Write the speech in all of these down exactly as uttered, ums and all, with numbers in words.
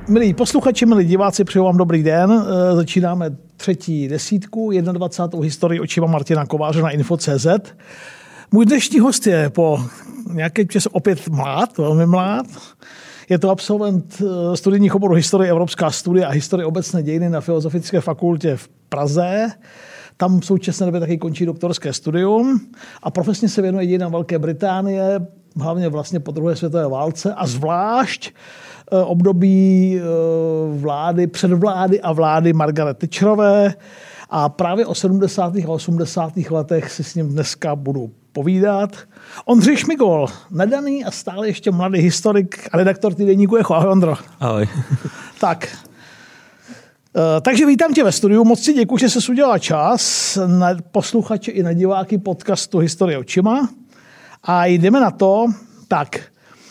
Milí posluchači, milí diváci, přeju vám dobrý den. Začínáme třetí desítku, dvacátou první historii očima Martina Kováře na info tečka cé zet. Můj dnešní host je po nějakém čase opět mlád, velmi mlád. Je to absolvent studijních oborů historie, evropská studia a historie obecné dějiny na Filozofické fakultě v Praze. Tam v současné době taky končí doktorské studium a profesně se věnuje dějinám Velké Británie, hlavně vlastně po druhé světové válce a zvlášť období vlády, předvlády a vlády Margaret Thatcherové. A právě o sedmdesátých a osmdesátých letech si s ním dneska budu povídat. Ondřej Šmigol, nadaný a stále ještě mladý historik a redaktor týdeníku Echo. Ahoj, Ondro. Ahoj. Tak, takže vítám tě ve studiu. Moc si děkuji, že jsi udělal čas na posluchače i na diváky podcastu Historie očima. A jdeme na to. Tak,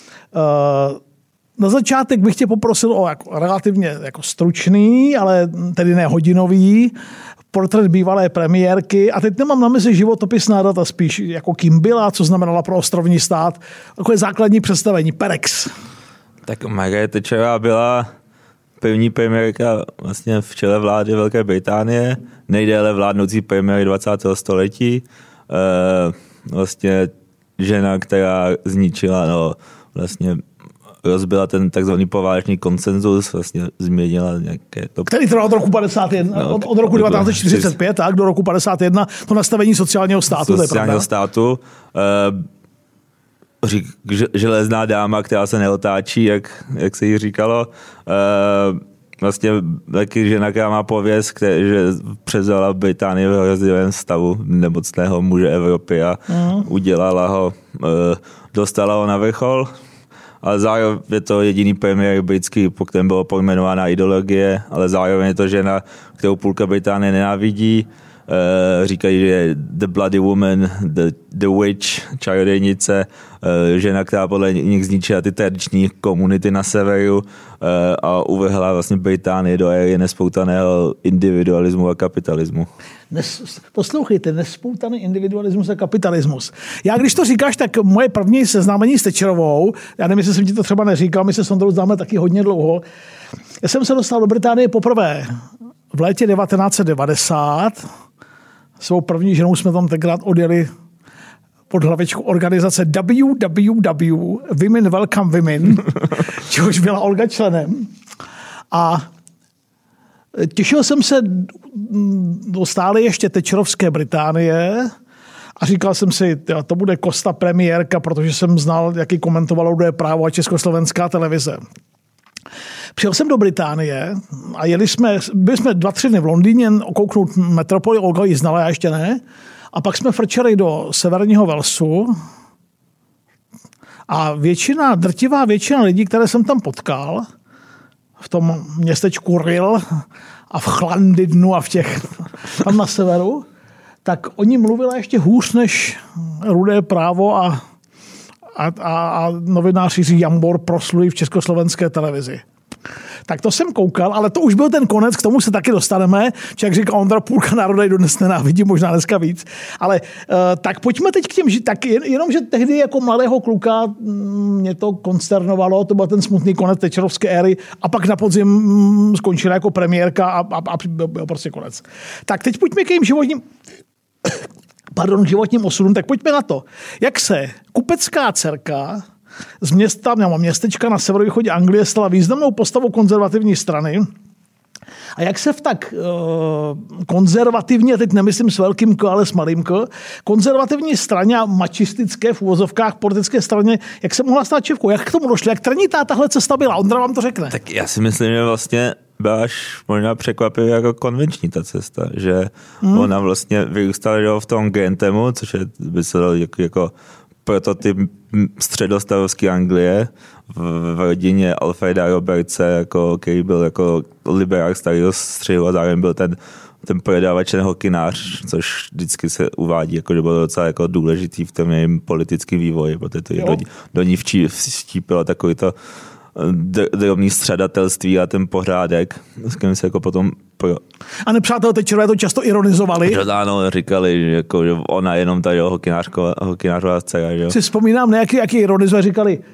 na začátek bych tě poprosil o jako relativně jako stručný, ale tedy ne hodinový, portrét bývalé premiérky. A teď nemám na mysli životopisná data, spíš jako kým byla, co znamenala pro ostrovní stát. Takové základní představení. Perex. Tak Margaret Thatcherová byla první premiérka vlastně v čele vlády Velké Británie, nejdéle vládnoucí premiér dvacátého století. E, vlastně žena, která zničila, no vlastně rozbila ten takzvaný poválečný konsenzus, vlastně změnila nějaké to... Který trval od roku padesát jedna, no, od, od roku devatenáct set čtyřicet pět, tak, do roku padesát jedna, to nastavení sociálního státu, sociálního státu. E, řík, železná dáma, která se neotáčí, jak, jak se jí říkalo. E, vlastně taky žena, která má pověst, která, že převzala Británii v rozdílném stavu nemocného muže Evropy a mm. udělala ho, e, dostala ho na vrchol. Ale zároveň je to jediný premiér britský, po kterém byla pojmenována ideologie, ale zároveň je to žena, kterou půlka Británie nenávidí. E, říkají, že je the bloody woman, the, the witch, čarodějnice, e, žena, která podle nich zničila ty tradiční komunity na severu e, a uvrhla vlastně Británii do éry nespoutaného individualismu a kapitalismu. Nes, poslouchejte, nespoutaný individualismus a kapitalismus. Já když to říkáš, tak moje první seznámení s Thatcherovou, já nevím, jestli jsem ti to třeba neříkal, my se s Ondrou známe taky hodně dlouho. Já jsem se dostal do Británie poprvé v létě devatenáct set devadesát. Svou první ženou jsme tam tenkrát odjeli pod hlavičku organizace W W W, Women Welcome Women, čehož byla Olga členem. A těšil jsem se do stále ještě Thatcherovské Británie a říkal jsem si, to bude Kosta premiérka, protože jsem znal, jaký komentovalo Lidové právo a Československá televize. Přijel jsem do Británie a jeli jsme, byli jsme dva, tři dny v Londýně okouknout metropoli, Olga ji znala, já ještě ne. A pak jsme frčeli do severního Walesu a většina, drtivá většina lidí, které jsem tam potkal, v tom městečku Rhyl a v Llandudnu a v těch tam na severu, tak oni mluvili ještě hůř než Rudé právo a, a, a, a novinář Jiří Jambor proslulý v československé televizi. Tak to jsem koukal, ale to už byl ten konec, k tomu se taky dostaneme. Či jak říká Ondra, půlka národa ji dodnes nenávidí, možná dneska víc. Ale uh, tak pojďme teď k těm, tak jen, jenom, že tehdy jako mladého kluka mě to konsternovalo, to byl ten smutný konec Thatcherovské éry a pak na podzim mm, skončila jako premiérka a, a, a byl prostě konec. Tak teď pojďme k jejím životním pardon, životním osudům, tak pojďme na to. Jak se kupecká dcerka z města, nebo městečka na severovýchodě Anglie stala významnou postavou konzervativní strany. A jak se v tak uh, konzervativně, teď nemyslím s velkým K, ale s malým K, konzervativní straně a mačistické v uvozovkách politické straně, jak se mohla stát šéfkou? Jak k tomu došlo? Jak trnitá tahle cesta byla? Ondra vám to řekne. Tak já si myslím, že vlastně byla až možná překvapivě jako konvenční ta cesta, že hmm. ona vlastně vyrůstala v tom Granthemu, což je, by se dalo jako, jako prototyp středostavovské Anglie v, v rodině Alfreda Robertse, jako, který byl jako liberák starého střihu a zároveň byl ten, ten prodavač, ten hokinář, což vždycky se uvádí, jako, že bylo docela jako důležitý v tom jejím politickém vývoji, protože to do, do ní vtípilo takový to drobný střadatelství a ten pořádek, s kterým se jako potom... Pro... A nepřátelé Thatcherové to často ironizovali. Že ano, říkali, že, jako, že ona jenom tady hokinářová dcera. Že? Si vzpomínám, nějaký, jaký ironizovali, říkali,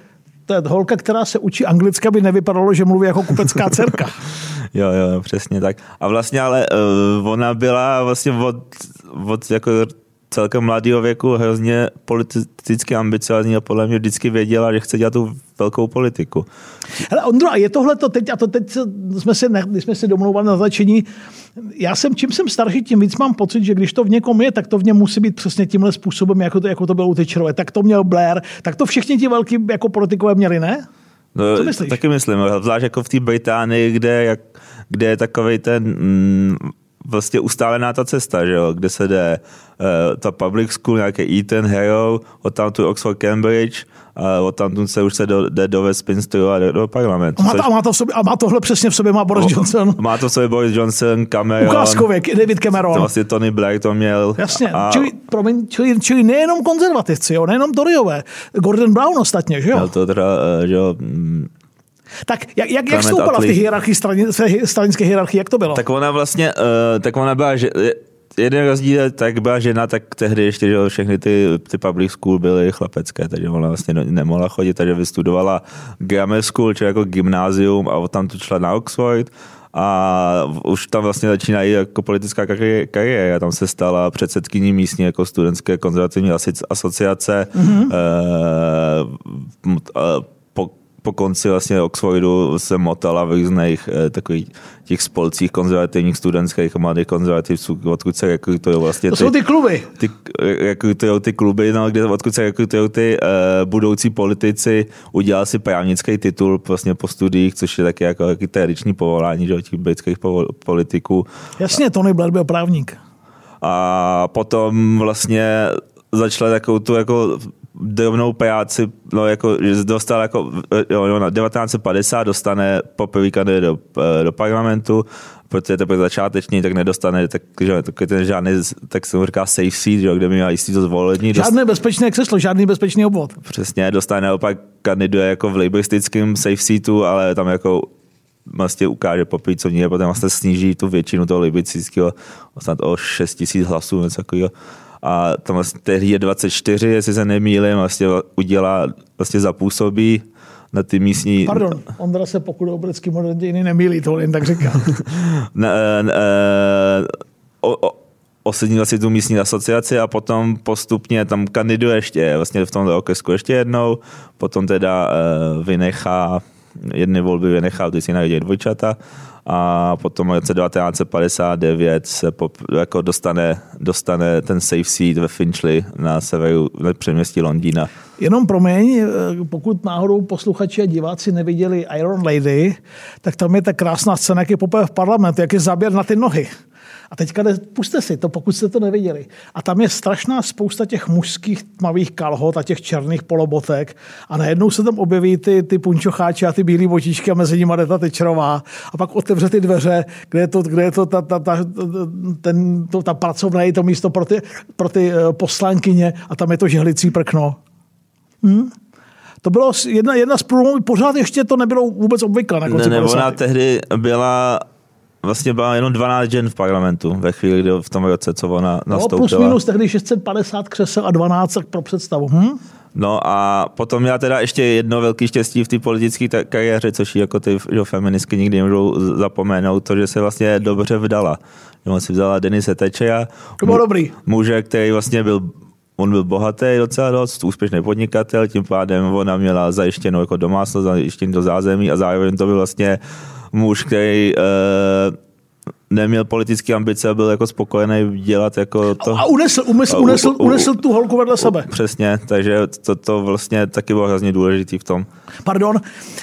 To je holka, která se učí anglicky, aby nevypadalo, že mluví jako kupecká dcerka. Jo, jo, přesně tak. A vlastně ale uh, ona byla vlastně od, od jako celkem mladého věku hrozně politicky ambiciozní a podle mě vždycky věděla, že chce dělat tu velkou politiku. Hele, Ondro, a je tohle to teď, a to teď jsme si, když jsme si domlouvali na začení, já jsem, čím jsem starší, tím víc mám pocit, že když to v někom je, tak to v něm musí být přesně tímhle způsobem, jako to, jako to bylo u Thatcherové. Tak to měl Blair, tak to všichni ti velký jako politikové měli, ne? No, co myslíš? Taky myslím, zvlášť jako v té Británii, kde, jak, kde je takovej ten mm, vlastně ustálená ta cesta, že jo? Kde se jde uh, ta public school, nějaké Eton, Harrow, odtamtud Oxford, Cambridge, a odtamtud se už se do, jde do Westminsteru a do, do parlamentu. A má, to, a, má to v sobě, a má tohle přesně v sobě, má Boris Johnson. Má to v sobě Boris Johnson, Cameron. Ukázkověk, David Cameron. To vlastně Tony Blair to měl. Jasně, a... čili, promiň, čili, čili nejenom konzervativci, jo? Nejenom Toryové. Gordon Brown ostatně, že jo? Měl to teda, že jo... Tak jak, jak, jak stoupala v té hierarchii, stranické hierarchii, jak to bylo? Tak ona vlastně, uh, tak ona byla, že, jeden rozdíl, tak byla žena, tak tehdy ještě, že všechny ty, ty public school byly chlapecké, takže ona vlastně nemohla chodit, takže vystudovala grammar school, čili jako gymnázium a tam tu šla na Oxford a už tam vlastně začínají jako politická kariéra. Tam se stala předsedkyní místní jako studentské konzervativní asociace. Mm-hmm. Uh, uh, po, po konci vlastně Oxfordu se motala v různých eh, takových těch spolcích konzervativních studentských a mladých konzervativců, odkud se rekrutují vlastně to ty, jsou ty kluby. Ty, rekrutují ty kluby, no, kde, odkud se rekrutují ty eh, budoucí politici, udělal si právnický titul vlastně po studiích, což je taky jako taky tradiční povolání, že, těch britských politiků. Jasně, Tony Blair byl právník. A potom vlastně začala takovou tu jako drobnou práci, no jako, že dostal jako, jo, na devatenáct set padesát dostane poprvé kandidát do, do parlamentu, protože to byl začáteční, tak nedostane, tak, že, tak ten žádný, tak se mu říká safe seat, že, kde by měl jistý to zvolení. Žádné dost... bezpečné křeslo, žádný bezpečný obvod. Přesně, dostane naopak kandiduje jako v laboristickém safe seatu, ale tam jako vlastně ukáže poprvé, co nie, potom vlastně sníží tu většinu toho laboristického snad o šest tisíc hlasů, něco takového. A tam vlastně tehdy je dvacet čtyři, jestli se nemýlím, vlastně udělá, vlastně zapůsobí na ty místní... Pardon, Ondra se pokud o britský moderní dějiny nemýlí, to jen tak říká. ne, ne, o, o, osednil si tu místní asociaci a potom postupně tam kandiduje ještě vlastně v tomto okresku ještě jednou, potom teda uh, vynechá, jedny volby vynechá, ty si najdě dvojčata, a potom v roce devatenáct set padesát devět se pop, jako dostane, dostane ten safe seat ve Finchley na severu na předměstí Londýna. Jenom promiň, pokud náhodou posluchači a diváci neviděli Iron Lady, tak tam je ta krásná scéna, jak je poprvé v parlamentu, jak je záběr na ty nohy. A teďka puste si to, pokud jste to neviděli. A tam je strašná spousta těch mužských tmavých kalhot a těch černých polobotek a najednou se tam objeví ty, ty punčocháči a ty bílé botičky a mezi nimi jde ta Thatcherová a pak otevře ty dveře, kde je to, kde je to ta, ta, ta, ten, to, ta pracovna, je to místo pro ty, pro ty poslankyně a tam je to žehlicí prkno. Hm? To bylo jedna, jedna z průlomů, pořád ještě to nebylo vůbec obvyklé. Na konci ne, ne, ona tehdy byla vlastně byla jenom dvanáct žen v parlamentu ve chvíli, kdy v tom roce, co ona nastoupila. No, plus minus tehdy šest set padesát křesel a dvanáct pro představu. Hm? No a potom měla teda ještě jedno velké štěstí v té politické kariéře, což jako ty že, feministky nikdy nemůžou zapomenout, to, že se vlastně dobře vdala. Ona si vzala Denise Thatchera. To bylo dobrý. Muže, který vlastně byl on byl bohatý docela dost, úspěšný podnikatel, tím pádem ona měla zajištěnou jako domácnost, zajištěný do zázemí a zároveň to byl vlastně muž, který e, neměl politické ambice a byl jako spokojený dělat jako to. A unesl, umysl, unesl, u, u, unesl tu holku vedle sebe. Přesně, takže to, to vlastně taky bylo hrozně důležitý v tom. Pardon,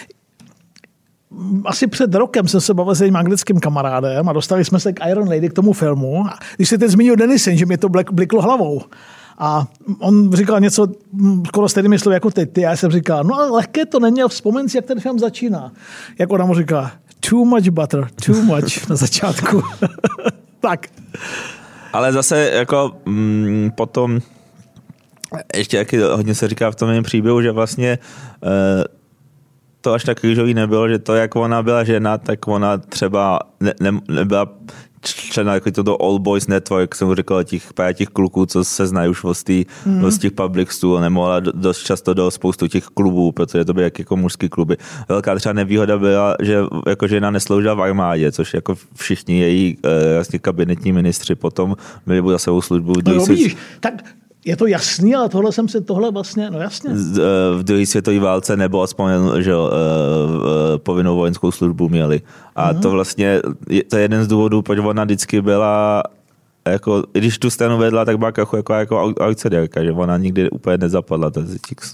asi před rokem jsem se bavil s jedním anglickým kamarádem a dostali jsme se k Iron Lady, k tomu filmu. Když se teď zmínil Denison, že mě to bliklo hlavou. A on říkal něco, skoro stejný myslel jako ty. Já jsem říkal, no ale lehké to není, vzpomeň si, jak ten film začíná. Jak ona mu říká, too much butter, too much na začátku. Tak. Ale zase jako mm, potom ještě jaký hodně se říká v tom mém příběhu, že vlastně eh, to až tak rýžový nebylo, že to, jak ona byla žena, tak ona třeba ne, ne, nebyla člen jako toto All Boys Network, jsem říkal těch, těch kluků, co se znají už z mm. těch publicstů, nemohla dost často do spoustu těch klubů, protože to byly jak, jako mužský kluby. Velká třeba nevýhoda byla, že jako žena nesloužila v armádě, což jako všichni její vlastně kabinetní ministři potom byli za svou službu. No, vidíš, tak je to jasný, ale tohle jsem si tohle vlastně, no jasně. V druhé světové válce nebo aspoň, že povinnou vojenskou službu měli. A mm. to vlastně, to je jeden z důvodů, proč ona vždycky byla, jako, i když tu stranu vedla, tak byla jako, jako, jako outsiderka, že ona nikdy úplně nezapadla. Uh,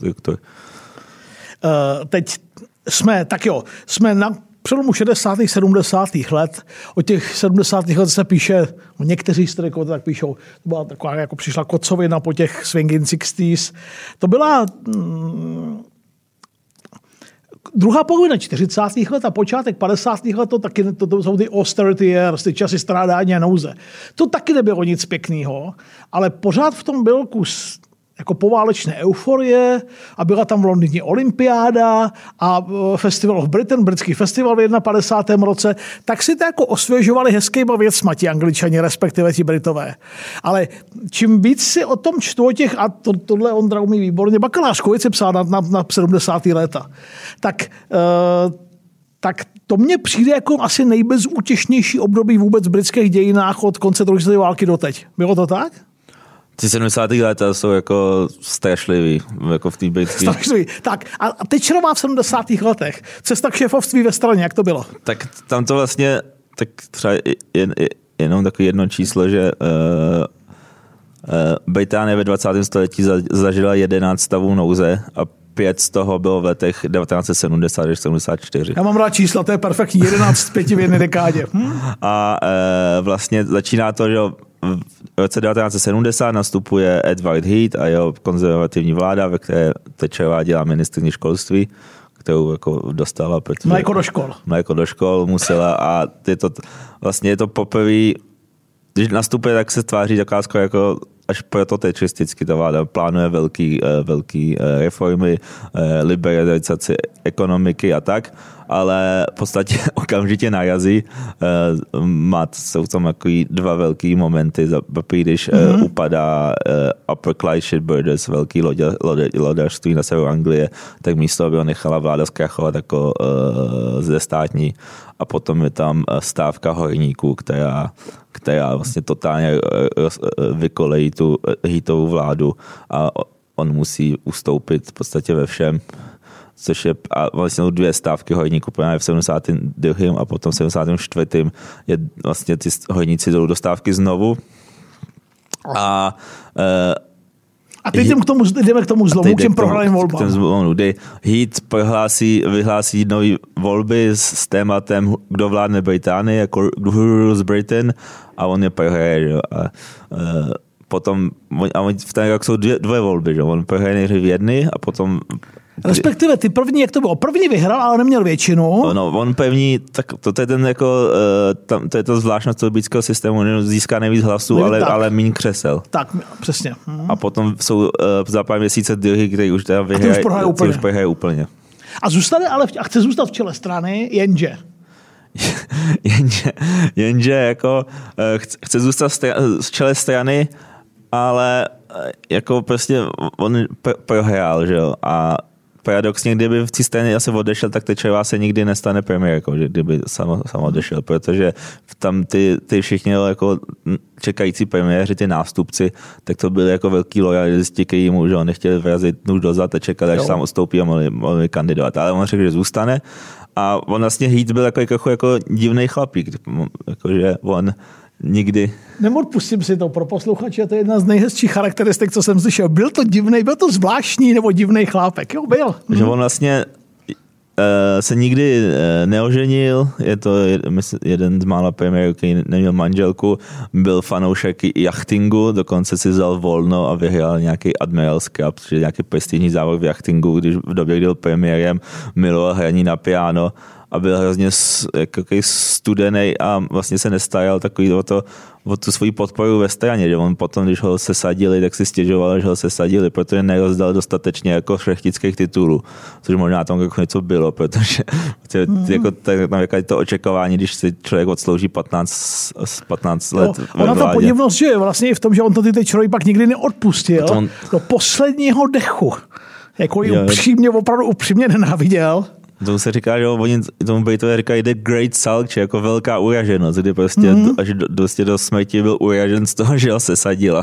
teď jsme, tak jo, jsme na přelomu šedesátých sedmdesátých let, o těch sedmdesátých let se píše, někteří historikové tak píšou, to byla taková, jako přišla kocovina po těch swinging sixties. To byla mm, druhá polovina čtyřicátých let a počátek padesátých let, to taky to, to jsou ty austerity years, ty časy strádání a nouze. To taky nebylo nic pěkného, ale pořád v tom byl kus jako poválečné euforie a byla tam v Londýně olympiáda a Festival of Britain, britský festival v padesátém prvním roce, tak si to jako osvěžovali hezkýma věcma ti Angličani, respektive ti Britové. Ale čím víc si o tom čtu o těch, a to, tohle Ondra umí výborně, bakalářku, věci psal na, na, na sedmdesátá léta, tak, uh, tak to mně přijde jako asi nejbezútěšnější období vůbec v britských dějinách od konce druhé světové války doteď. Bylo to tak? Ty sedmdesátá léta jsou jako strašlivý, jako v té britské. Strašlivý. Tak a Thatcherová v sedmdesátých letech. Cesta k šéfovství ve straně, jak to bylo? Tak tam to vlastně, tak třeba jen, jenom takové jedno číslo, že uh, uh, Británie ve dvacátém století za, zažila jedenáct stavů nouze a pět z toho bylo v letech devatenáct set sedmdesát až sedmdesát čtyři. Já mám rád čísla, to je perfektní, jedenáct pěti v jedné dekádě. Hm? A uh, vlastně začíná to, že v roce devatenáct set sedmdesát nastupuje Edward Heath a jeho konzervativní vláda, ve které Thatcherová dělá ministryni školství, kterou jako dostala. Mléko do škol. Mléko do škol musela a je to, vlastně je to poprvé, když nastupuje, tak se tváří taková skoro jako až prototečisticky ta vláda plánuje velký, velký reformy, liberalizaci ekonomiky a tak, ale v podstatě okamžitě narazí. Má, jsou tam takový dva velký momenty, když mm-hmm. upadá Upper Clyde Borders, velký loďařství na severu Anglie, tak místo, aby ho nechala vláda zkrachovat jako zde státní. A potom je tam stávka horníků, která, která vlastně totálně vykolejí tu Heathovou vládu a on musí ustoupit v podstatě ve všem. Což je, a vlastně dvě stávky horníků, právě v sedmdesátém druhém a potom v sedmdesátém čtvrtém je vlastně ty horníci jdou do stávky znovu. A uh, A teď jdeme k tomu, jdeme k tomu zlomu, k těm prohraným volbám. Zlomu, kdy Heath prohlásí, vyhlásí nové volby s, s tématem, kdo vládne Británii, jako Who Rules Britain, a on je prohraje. A, a potom, a v ten rok jsou dvě, dvě volby, že? On prohraje nejdřív jedny a potom... Respektive ty první, jak to bylo? První vyhrál, ale neměl většinu. No, on první, tak to, to je ten jako, tam, to je to zvláštnost toho britského systému, on získá nejvíc hlasů, ale, ale méně křesel. Tak, přesně. Hmm. A potom jsou uh, za pár měsíce druhý, který už teda vyhraje, už prohraje úplně. A zůstane, ale v, a chce zůstat v čele strany, jenže. jenže, jenže jako uh, chce, chce zůstat v čele strany, ale uh, jako prostě on prohrál, že jo, a paradoxně, kdyby v té straně asi odešel, tak Thatcherová se nikdy nestane premiérkou, že kdyby sam, sam odešel, protože tam ty, ty všichni jako čekající premiéři, ty nástupci, tak to byly jako velký lojalisti, kteří mu, že on nechtěli vrazit nůž dozad a čekali, až jo. sám odstoupí a mohli, mohli kandidovat. Ale on řekl, že zůstane a on vlastně Heath byl jako, jako, jako divný chlapík, jakože on nikdy. Neodpustím si to pro posluchače, to je jedna z nejhezčích charakteristik, co jsem slyšel. Byl to divnej, byl to zvláštní nebo divnej chlápek, jo, byl. Že on vlastně uh, se nikdy uh, neoženil, je to jeden z mála premiérů, který neměl manželku, byl fanoušek jachtingu, dokonce si vzal volno a vyhrál nějaký Admiral's Cup, což je nějaký prestižní závod v jachtingu, když v době, kdy byl premiérem, miloval hraní na piano a byl hrozně jako studený a vlastně se nestajal takový o, to, o tu svoji podporu ve straně, že on potom, když ho sesadili, tak si stěžoval, že ho sesadili, protože nerozdal dostatečně jako šlechtických titulů, což možná tam jako něco bylo, protože mm. jako, tak, tam je to očekávání, když si člověk odslouží patnáct, patnáct let. No, ona ta podivnost, že je vlastně i v tom, že on to ty teď člověk pak nikdy neodpustil on... do posledního dechu. Jako ji upřímně, opravdu upřímně nenáviděl. Tomu se říká, že oni tomu Bejtové říkají the great sulk, či jako velká uraženost, kdy prostě mm-hmm. až do, prostě do smrti byl uražen z toho, že ho sesadila.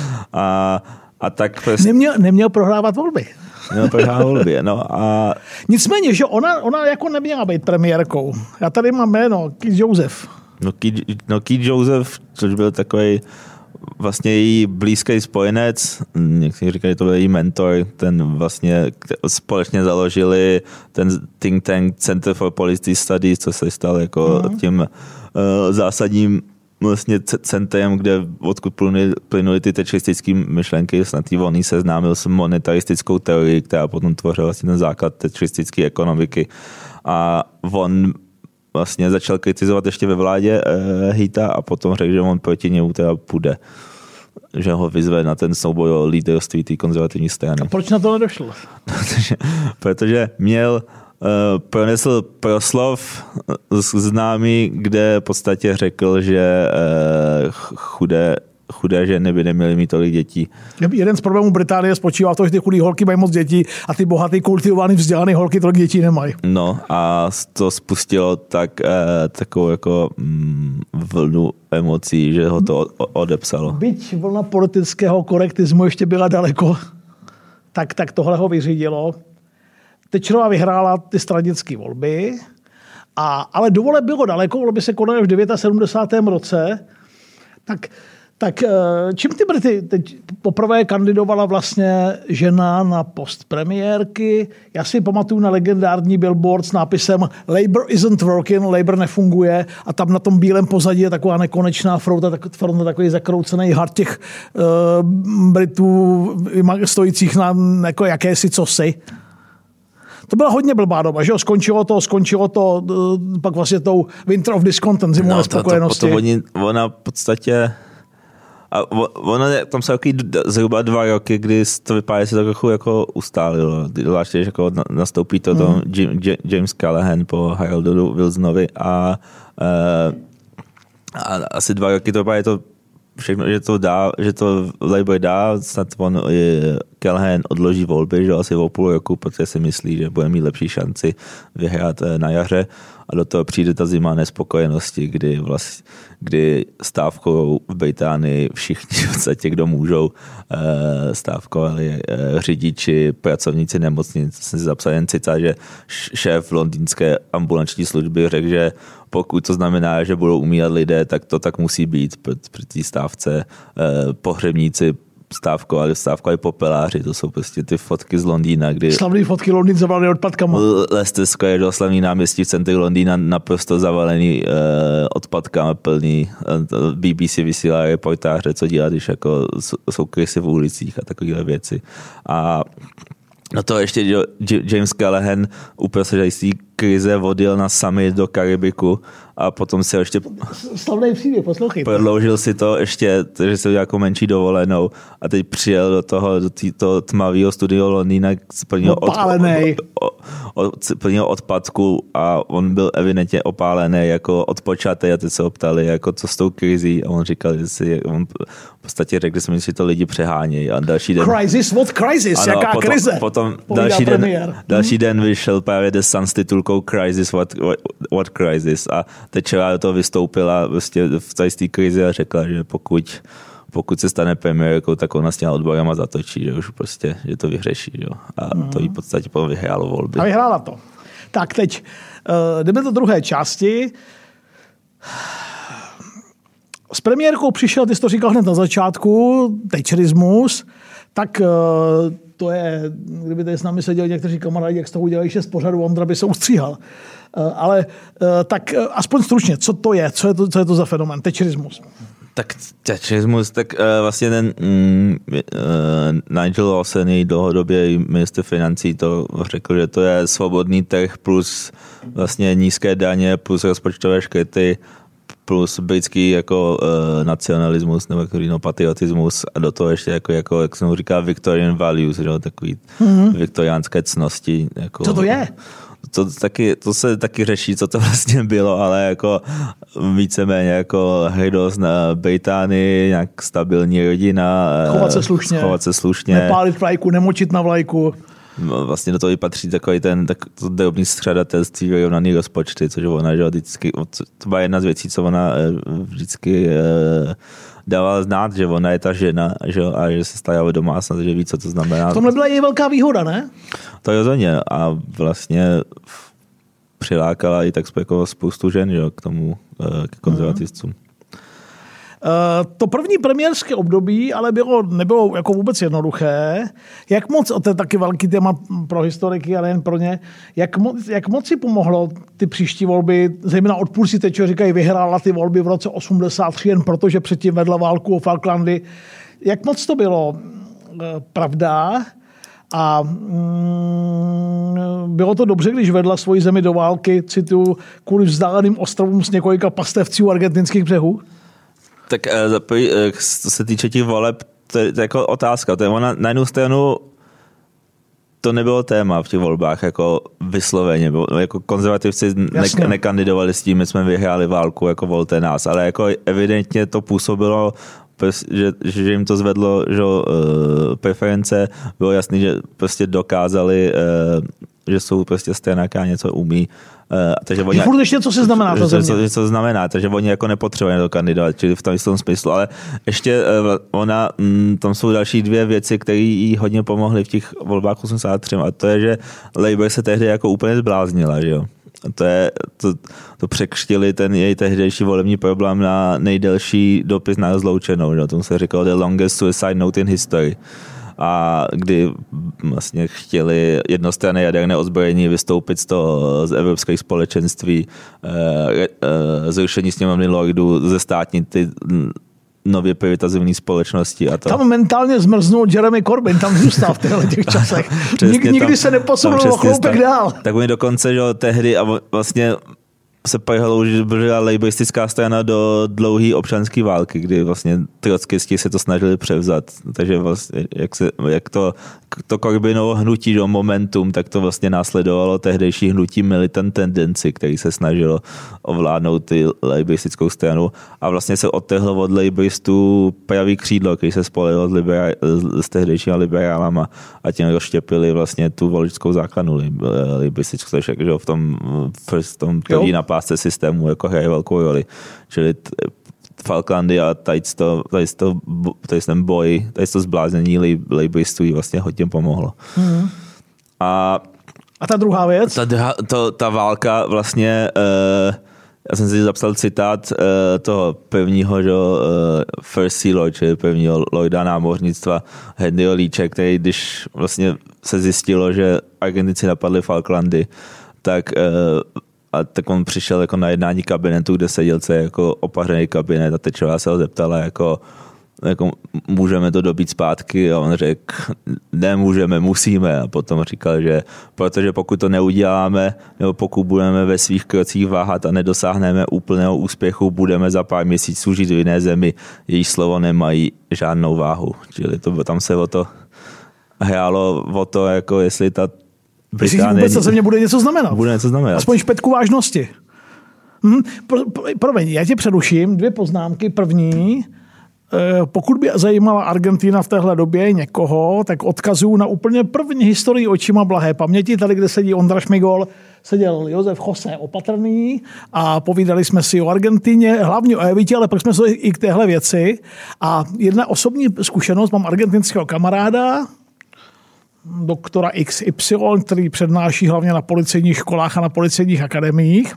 A, a tak prostě... Neměl, neměl prohrávat volby. Neměl prohrávat volby, no a... Nicméně, že ona, ona jako neměla být premiérkou. Já tady mám jméno, Keith Joseph. No Keith, no Keith Joseph, což byl takový vlastně její blízký spojenec, někteří říkají, že to byl její mentor, ten vlastně společně založili ten think tank Center for Policy Studies, co se stal jako uh-huh. tím uh, zásadním vlastně centrem, kde odkud plynuly, plynuly ty tečeristické myšlenky, snad jí on seznámil s monetaristickou teorií, která potom tvořila vlastně ten základ tečeristické ekonomiky. A on vlastně začal kritizovat ještě ve vládě eh, Heatha a potom řekl, že on proti němu teda půjde. Že ho vyzve na ten souboj o líderství té konzervativní strany. A proč na to nedošlo? protože, protože měl, eh, pronesl proslov známý, kde v podstatě řekl, že eh, chudé chudé ženy by neměly mít tolik dětí. Jeden z problémů Británie spočívá v tom, že ty chudé holky mají moc dětí a ty bohatý, kultivovaný, vzdělaný holky tolik dětí nemají. No a to spustilo tak eh, takovou jako mm, vlnu emocí, že ho to odepsalo. Byť vlna politického korektismu ještě byla daleko, tak, tak tohle ho vyřídilo. Thatcherová vyhrála ty stranické volby, a, ale do voleb bylo daleko, volby se konaly v sedmdesátém devátém roce, tak Tak čím ty Brity teď poprvé kandidovala vlastně žena na post premiérky? Já si pamatuju na legendární billboard s nápisem Labour isn't working, Labour nefunguje a tam na tom bílém pozadí je taková nekonečná fronta, fronta takový zakroucený had těch uh, Britů stojících na jako jakési cosi. To byla hodně blbá doba, že jo? Skončilo to, skončilo to uh, pak vlastně tou Winter of Discontent, zimou no, nespokojenosti. To, to, to, ona v podstatě... A ono, tam jsou takový zhruba dva roky, kdy to vypadá, že se to trochu jako ustálilo. Zvláště, že jako nastoupí to mm. Jim, James Callaghan po Haroldu Wilsonovi a, a asi dva roky to vypadá, to všechno, že to dá, že to Labour dá, snad on Callaghan odloží volby, že asi o půl roku, protože si myslí, že bude mít lepší šanci vyhrát na jaře a do toho přijde ta zima nespokojenosti, kdy vlastně, kdy stávkou v Británii všichni v podstatě, kdo můžou, stávkovali řidiči, pracovníci nemocnic. Jsem si zapsal jen citát, že šéf londýnské ambulanční služby řekl, že pokud to znamená, že budou umírat lidé, tak to tak musí být při té stávce. Pohřebníci stávkovali, stávkovali popeláři, to jsou prostě ty fotky z Londýna, kdy... Slavný fotky Londýn zavalený odpadkama. Leicester Square, do slavný náměstí v centru Londýna, naprosto zavalený uh, odpadkama, plný. B B C vysílá reportáře, co dělat, když jako jsou krysy v ulicích a takovéhle věci. A no to ještě James Callaghan uprostřed krize odjel na summit do Karibiku a potom se ještě slavný příběh, poslouchejte. Prodloužil si to ještě, že se udělal jako menší dovolenou a teď přijel do toho, do toho tmavého studia Londýna plného od, od, od, od, odpadku a on byl evidentně opálený, jako odpočatý a teď se ho ptali, jako co s tou krizí a on říkal, že si, on v podstatě řekl, že si to lidi přehánějí a další den... Crisis, what crisis? Ano, jaká potom, krize? Potom další den, další den vyšel právě The Sun s titulkou Crisis, what, what, what crisis a Thatcherová do toho vystoupila vlastně v té krizi a řekla, že pokud, pokud se stane premiérkou, tak ona s těma odborama zatočí, že už prostě, že to vyřeší. Jo. A mm. to jí v podstatě potom vyhrálo volby. A vyhrála to. Tak teď uh, jdeme do druhé části. S premiérkou přišel, ty jsi to říkal hned na začátku, Thatcherismus, tak uh, to je, kdyby tady s námi seděli někteří kamarádi, jak z toho udělají šest pořadů, Ondra by se ustříhal. Ale tak aspoň stručně, co to je? Co je to, co je to za fenomén? Thatcherismus. Tak tačismus, tak uh, vlastně ten mm, uh, Nigel Lawson, její dlouhodobě ministr financí, to řekl, že to je svobodný trh plus vlastně nízké daně plus rozpočtové škrty plus britský jako uh, nacionalismus nebo jako no, patriotismus a do toho ještě jako, jako jak jsem říkal, Victorian values, že, takový mm-hmm. viktoriánské ctnosti. Jako, co to je? To, taky, to se taky řeší, co to vlastně bylo, ale jako víceméně jako hrdost na Británii, nějak stabilní rodina. Chovat se slušně. Chovat se slušně. Nepálit vlajku, nemočit na vlajku. Vlastně do toho i patří takový ten tak to drobný střadatelství, vyrovnaný rozpočty, což ona, že vždycky, to byla jedna z věcí, co ona vždycky dávala znát, že ona je ta žena, že, a že se stará o domácnost, že ví, co to znamená. V tomhle byla její velká výhoda, ne? To je rozhodně a vlastně přilákala i tak jako spoustu žen, že, k tomu, k konzervativcům. Hmm. Uh, to první premiérské období ale bylo, nebylo jako vůbec jednoduché. Jak moc, to je taky velký téma pro historiky, ale jen pro ně, jak moc, jak moc si pomohlo ty příští volby, zejména odpůrci teď, čo říkají, vyhrála ty volby v roce osmdesát tři jen proto, že předtím vedla válku o Falklandy. Jak moc to bylo uh, pravda? A mm, bylo to dobře, když vedla svoji zemi do války, cituju, kvůli vzdáleným ostrovům s několika pastevcí u argentinských břehů? Tak zapoj, co se týče těch voleb, to je, to je jako otázka. To je ona, na jednu stranu to nebylo téma v těch volbách jako vysloveně. Jako konzervativci ne, nekandidovali s tím, my jsme vyhráli válku, jako volte nás, ale jako evidentně to působilo, že, že jim to zvedlo, že uh, preference, bylo jasný, že prostě dokázali, uh, že jsou prostě strana, která něco umí. Uh, takže oni, furt ještě co se znamená to země. Co, co znamená, takže oni jako nepotřebují to kandidovat, čili v tom, v tom smyslu, ale ještě uh, ona, mm, tam jsou další dvě věci, které jí hodně pomohly v těch volbách osmdesát tři a to je, že Labour se tehdy jako úplně zbláznila, že jo. To, je, to, to překřtili ten její tehdejší volební problém na nejdelší dopis na rozloučenou. Že? Tomu se říkalo the longest suicide note in history. A kdy vlastně chtěli jednostranné jaderné ozbrojení vystoupit z toho z evropských společenství, e, e, zrušení sněmovny lordů, zestátnit ty nově privatizativní společnosti. A to. Tam mentálně zmrznul Jeremy Corbyn, tam zůstal v těchto těch časech. Nik, nikdy tam, se neposunul o chloupek dál. Tak oni dokonce, že tehdy a vlastně se prohloužila laboristická strana do dlouhé občanské války, kdy vlastně trotskisti se to snažili převzat. Takže vlastně, jak, se, jak to, to Corbynovo hnutí do momentum, tak to vlastně následovalo tehdejší hnutí Militant Tendency, který se snažilo ovládnout ty laboristickou stranu a vlastně se odtrhlo od laboristů pravý křídlo, který se spojilo s, liberál, s tehdejšíma liberálama a tím rozštěpili vlastně tu voličskou základnu laboristickou, takže v tom, v tom první napásce systému jako hraje velkou roli. Čili t- Falklandy a tady to, tady to, tady ten boj, tady to zbláznění laboristů jí vlastně hodně pomohlo. Hmm. A, a ta druhá věc? Ta, druhá, to, ta válka vlastně, uh, já jsem si zapsal citát uh, toho prvního, že, uh, First Sea Lord, čili prvního lorda námořnictva Henryho Leache, který když vlastně se zjistilo, že Argentinci napadli Falklandy, tak uh, a tak on přišel jako na jednání kabinetu, kde seděl se jako opařený kabinet a Thatcherová se ho zeptala, jako, jako můžeme to dobít zpátky a on řekl, nemůžeme, musíme a potom říkal, že protože pokud to neuděláme, nebo pokud budeme ve svých krocích váhat a nedosáhneme úplného úspěchu, budeme za pár měsíců žít v jiné zemi, její slovo nemají žádnou váhu. Čili to, tam se o to hrálo o to, jako jestli ta Británie, jestli vůbec ta země bude něco znamenat. Bude něco znamenat. Aspoň špetku vážnosti. Hm, pro, pro, promiň, já tě předuším. Dvě poznámky. První, eh, pokud by zajímala Argentina v téhle době někoho, tak odkazuju na úplně první historii očima blahé paměti. Tady, kde sedí Ondra Šmigol, seděl Josef José Opatrný a povídali jsme si o Argentině, hlavně o Evitě, ale pak jsme se i k téhle věci. A jedna osobní zkušenost, mám argentinského kamaráda, doktora X Y, který přednáší hlavně na policejních školách a na policejních akademiích.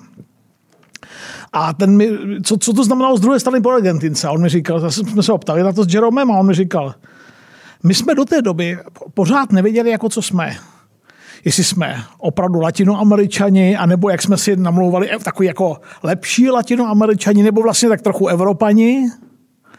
A ten mi, co, co to znamenalo z druhé strany pro Argentince? A on mi říkal, zase jsme se optali na to s Jeromem a on mi říkal, my jsme do té doby pořád nevěděli, jako co jsme. Jestli jsme opravdu latinoameričani, anebo jak jsme si namlouvali, takový jako lepší latinoameričani, nebo vlastně tak trochu Evropani.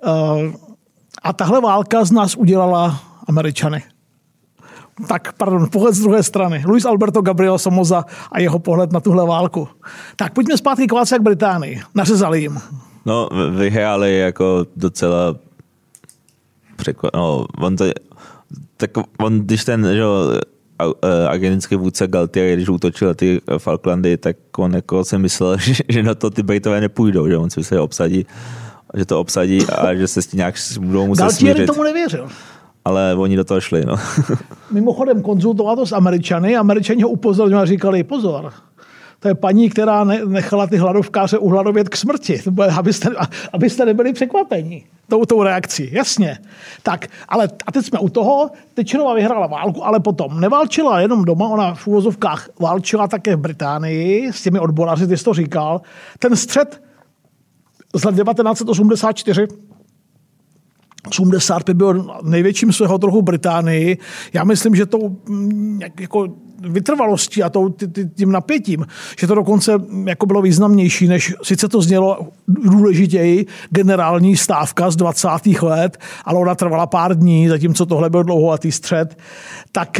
A tahle válka z nás udělala Američany. Tak, pardon, pohled z druhé strany. Luis Alberto Gabriel Somoza a jeho pohled na tuhle válku. Tak pojďme zpátky k válce k Británii. Nařezali jim. No, vyhráli jako docela překvap... No, on to... Tak on, když ten, že argentinský vůdce Galtieri, když útočil ty Falklandy, tak on jako si myslel, že, že na to ty Britové nepůjdou, že on si myslel, že obsadí, že to obsadí a že se s tím nějak budou muset Galtieri smířit. tomu nevěřil. Ale oni do toho šli, no. Mimochodem konzultoval to s Američany, Američani ho upozorňovali a říkali, pozor, to je paní, která nechala ty hladovkáře uhladovět k smrti, abyste, abyste nebyli překvapení tou, tou reakcí. Jasně. Tak, ale a teď jsme u toho, Thatcherová vyhrála válku, ale potom neválčila jenom doma, ona v úvozovkách válčila také v Británii s těmi odboráři, ty jsi to říkal. Ten střet z let devatenáct set osmdesát čtyři osmdesát pět byl největším svého druhu Británii. Já myslím, že tou jako vytrvalostí a tou, tím napětím, že to dokonce jako bylo významnější, než sice to znělo důležitěji, generální stávka z dvacátých let, ale ona trvala pár dní, zatímco tohle byl dlouholetý střet. Tak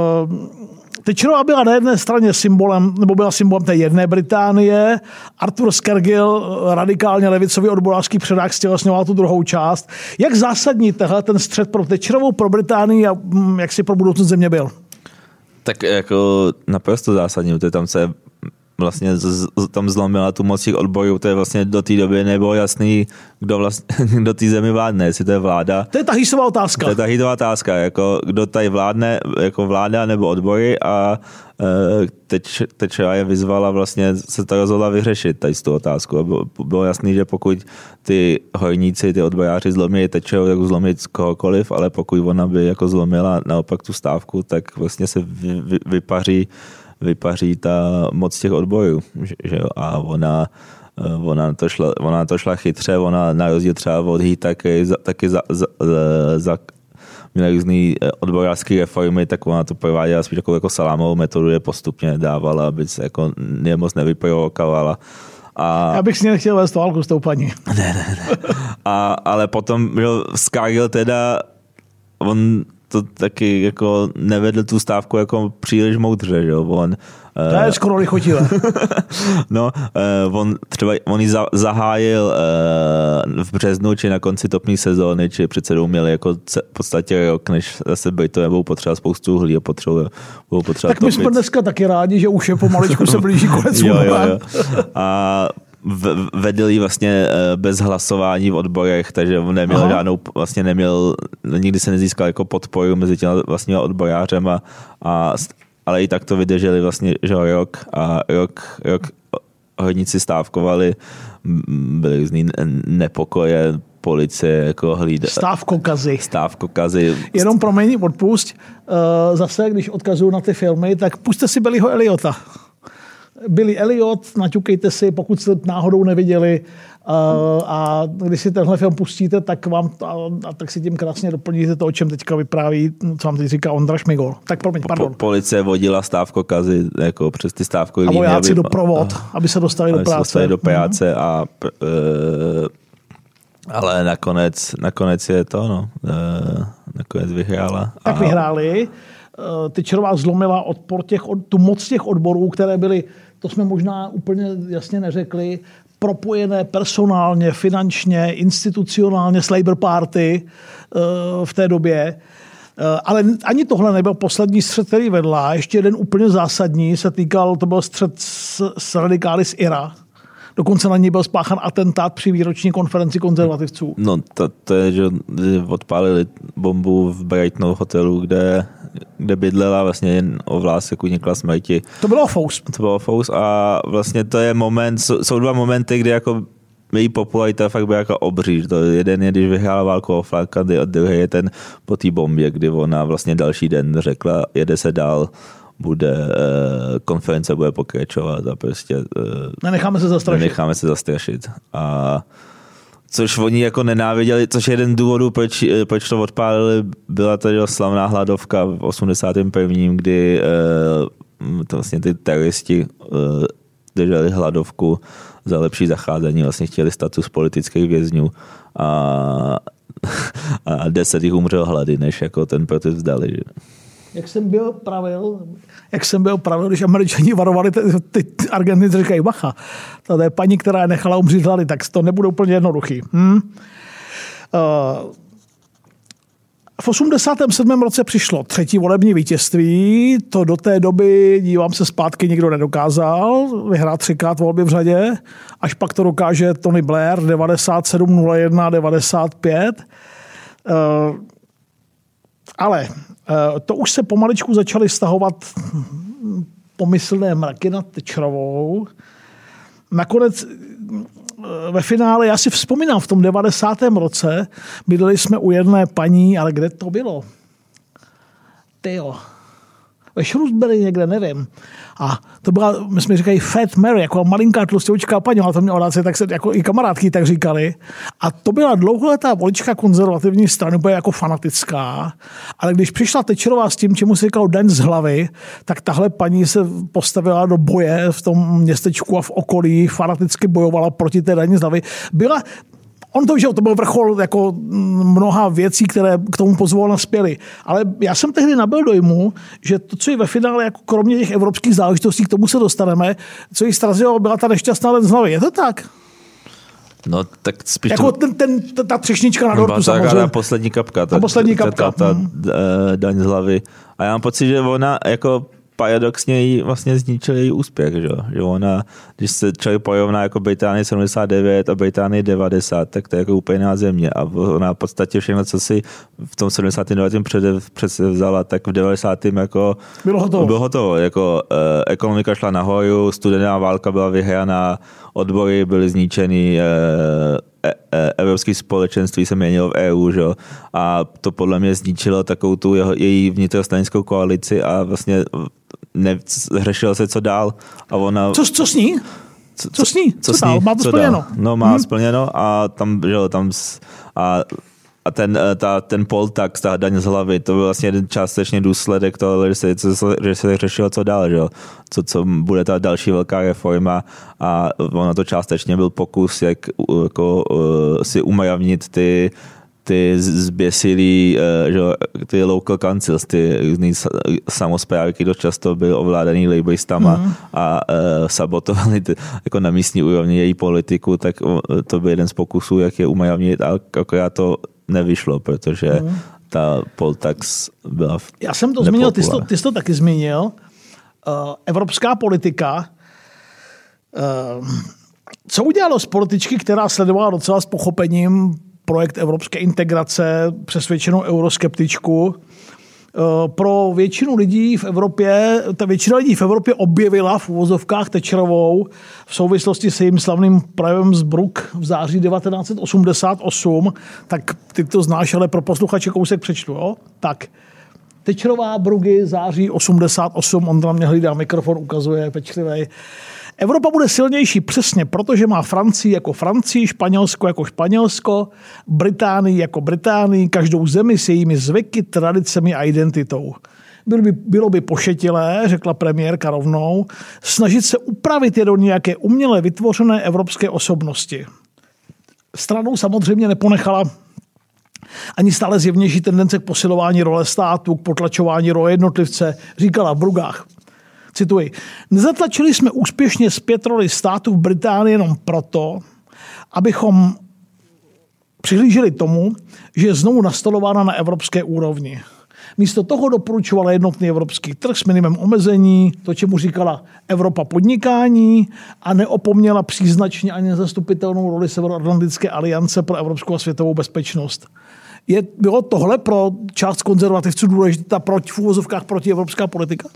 Thatcherová byla na jedné straně symbolem, nebo byla symbolem té jedné Británie. Arthur Scargill, radikálně levicový odborářský předák, stělesňoval tu druhou část. Jak zásadní tehle ten střet pro Thatcherovou, pro Británii a jak si pro budoucnost země byl? Tak jako naprosto zásadní, protože tam se vlastně z, tam zlomila tu moc těch odbojů, to je vlastně do té doby nebylo jasný, kdo vlastně, kdo té zemi vládne, jestli to je vláda. To je ta hýsová otázka. To je ta hýsová otázka, jako kdo tady vládne, jako vláda nebo odbory a teď, teď je vyzvala vlastně se to rozhodla vyřešit tady z tu otázku. A bylo, bylo jasný, že pokud ty horníci, ty odbojáři zlomili Thatcherovou, tak zlomit kohokoliv, ale pokud ona by jako zlomila naopak tu stávku, tak vlastně se vy, vy, vypaří vypaří ta moc těch odbojů. Že jo? A ona, ona, na to šla, ona na to šla chytře, ona na rozdíl třeba od hý taky, taky za, za, za měla různý odborářské reformy, tak ona to prováděla spíš jako, jako salámovou metodu, je postupně dávala, aby se jako moc nevyprovokovala. A... Já bych si nechtěl vést válku s tou paní. Ne, ne, ne. A, ale potom byl Scargill teda, on to taky jako nevedl tu stávku jako příliš moudře, že jo. On, to je skoro lichotivé. No, on třeba on ji zahájil v březnu, či na konci topní sezóny, či přece měl jako v podstatě rok, než zase Britové budou potřebovat spoustu uhlí a potřebovat potřebovat Tak my topit. Jsme dneska taky rádi, že už je pomaličku se blíží konec. jo, jo, jo. A vedl jí vlastně bez hlasování v odborech, takže on neměl Aha. žádnou, vlastně neměl, nikdy se nezískal jako podporu mezi těmi vlastně odborářem a, a ale i tak to vydrželi vlastně, že rok a rok, rok horníci stávkovali, byly různý nepokoje, policie jako hlídá. Stávkokazy. Stávkokazy. Jenom promiň, odpusť. Zase, když odkazuju na ty filmy, tak puste si Billyho Eliota. Billy Elliot, naťukejte si, pokud jste náhodou neviděli a když si tenhle film pustíte, tak vám a, a tak si tím krásně doplníte to, o čem teďka vypráví, co vám teď říká Ondra Šmigol. Tak promiň, pardon. Po, policie vodila stávkokazy jako přes ty stávkové línie. A vojáci do provod, a, aby se dostali aby do práce. Se dostali do práce mm. a e, ale nakonec, nakonec je to, no, e, nakonec vyhrála. Tak a, vyhráli. Thatcherová zlomila odpor těch, tu moc těch odborů, které byly, to jsme možná úplně jasně neřekli, propojené personálně, finančně, institucionálně s Labour Party v té době. Ale ani tohle nebyl poslední střet, který vedla. Ještě jeden úplně zásadní se týkal, to byl střet s, s radikály z Ira. Dokonce na ní byl spáchan atentát při výroční konferenci konzervativců. No to, to je, že odpálili bombu v Brightonu hotelu, kde, kde bydlela vlastně jen o vlásek unikla smrti. To bylo fous. To bylo fous a vlastně to je moment, jsou dva momenty, kdy jako její popularita fakt byla jako obří. To jeden je, když vyhrála válku o Falklandy, a druhý je ten po té bombě, kdy ona vlastně další den řekla, jede se dál, bude, konference bude pokračovat a prostě nenecháme se zastrašit. Nenecháme se zastrašit. A což oni jako nenáviděli, což je jeden důvodů, proč, proč to odpálili, byla to slavná hladovka v osmdesátém prvním, kdy to vlastně ty teroristi drželi hladovku za lepší zacházení, vlastně chtěli status politických vězňů a, a deset jich umřel hlady, než jako ten protest vzdali. Že? Jak jsem byl pravil, jak jsem byl pravil, když Američani varovali, ty, ty Argentinci říkají, bacha, to je paní, která je nechala umřít hlady, tak to nebude úplně jednoduchý. Hm? Uh, v osmdesátém sedmém roce přišlo třetí volební vítězství, to do té doby, dívám se zpátky, nikdo nedokázal vyhrát třikrát volby v řadě, až pak to dokáže Tony Blair, devadesát sedm nula jedna devadesát pět. Uh, ale to už se pomaličku začaly stahovat pomyslné mraky nad Thatcherovou. Nakonec ve finále, já si vzpomínám, v tom devadesátém roce bydleli jsme u jedné paní, ale kde to bylo? Tyjo. Ve Shrewsbury někde, nevím. A to byla, my jsme říkali Fat Mary, jako malinká tlustěvčká paní, ale to mě oráci, tak se jako i kamarádky tak říkali. A to byla dlouholetá volička konzervativní strany, byla jako fanatická. Ale když přišla Thatcherová s tím, čemu se říkalo daň z hlavy, tak tahle paní se postavila do boje v tom městečku a v okolí, fanaticky bojovala proti té daní z hlavy. Byla On to, že to byl vrchol jako mnoha věcí, které k tomu pozvolna naspěly. Ale já jsem tehdy nabyl dojmu, že to, co je ve finále, jako kromě těch evropských záležitostí, k tomu se dostaneme, co jí srazilo, byla ta nešťastná den z hlavy. Je to tak? No, tak spíš jako ten, ten, ta třešnička na dortu samozřejmě. Ta poslední kapka. Ta, ta poslední kapka. Ta, ta, ta, ta daň z hlavy. A já mám pocit, že ona jako paradoxně jí vlastně zničil její úspěch, že? Že ona, když se člověk porovná jako Británii sedmdesát devět a Británii devadesát, tak to je jako úplně jiná země a ona v podstatě všechno, co si v tom sedmdesátém devátém předsevzala, tak v devadesátém jako bylo hotovo. Bylo hotovo. Jako, eh, ekonomika šla nahoru, studená válka byla vyhraná, odbory byly zničený, eh, evropské společenství se měnilo v E U, že? A to podle mě zničilo takovou tu jeho, její vnitrostranickou koalici a vlastně neřešilo se, co dál. A ona... Co, co s ní? Co, co s ní? Co, co dál? Ní? Má to splněno? No, má hmm. splněno a tam, že tam a, a ten, ta, ten poll tax, ta daň z hlavy, to byl vlastně jeden částečně důsledek toho, že se, že se řešilo, co dál, že? Co, co bude ta další velká reforma a ono to částečně byl pokus, jak jako, uh, si umravnit ty ty zběsilý, že, ty local councils, ty různý samosprávy, které dost často byly ovládaný labouristama mm. a uh, sabotovali ty, jako na místní úrovni její politiku, tak to byl jeden z pokusů, jak je umravnit, ale akorát to nevyšlo, protože mm. ta poll tax byla v Já jsem to zmínil, ty jsi to, ty jsi to taky zmínil. Uh, evropská politika. Uh, co udělalo z političky, která sledovala docela s pochopením projekt evropské integrace, přesvědčenou euroskeptičku. Pro většinu lidí v Evropě, ta většina lidí v Evropě objevila v uvozovkách Thatcherovou v souvislosti s jejím slavným projevem z Bruk v září devatenáct set osmdesát osm, tak ty to znáš, ale pro posluchače kousek přečtu. Jo? Tak, Thatcherová Brugy září osmdesát osm, on tam mě hlídá mikrofon, ukazuje pečlivej. Evropa bude silnější přesně, protože má Francii jako Francii, Španělsko jako Španělsko, Británii jako Británii, každou zemi s jejími zvyky, tradicemi a identitou. Bylo by, bylo by pošetilé, řekla premiérka rovnou, snažit se upravit je do nějaké uměle vytvořené evropské osobnosti. Stranou samozřejmě neponechala ani stále zjevnější tendence k posilování role státu, k potlačování role jednotlivce, říkala v Brugách. Cituji, nezatlačili jsme úspěšně zpět roli státu v Británii jenom proto, abychom přihlíželi tomu, že je znovu nastolována na evropské úrovni. Místo toho doporučovala jednotný evropský trh s minimem omezení, to, čemu říkala Evropa podnikání a neopomněla příznačně ani nezastupitelnou roli Severoatlantické aliance pro evropskou a světovou bezpečnost. Je, bylo tohle pro část konzervativců důležitá proti, v úvozovkách protievropská politika?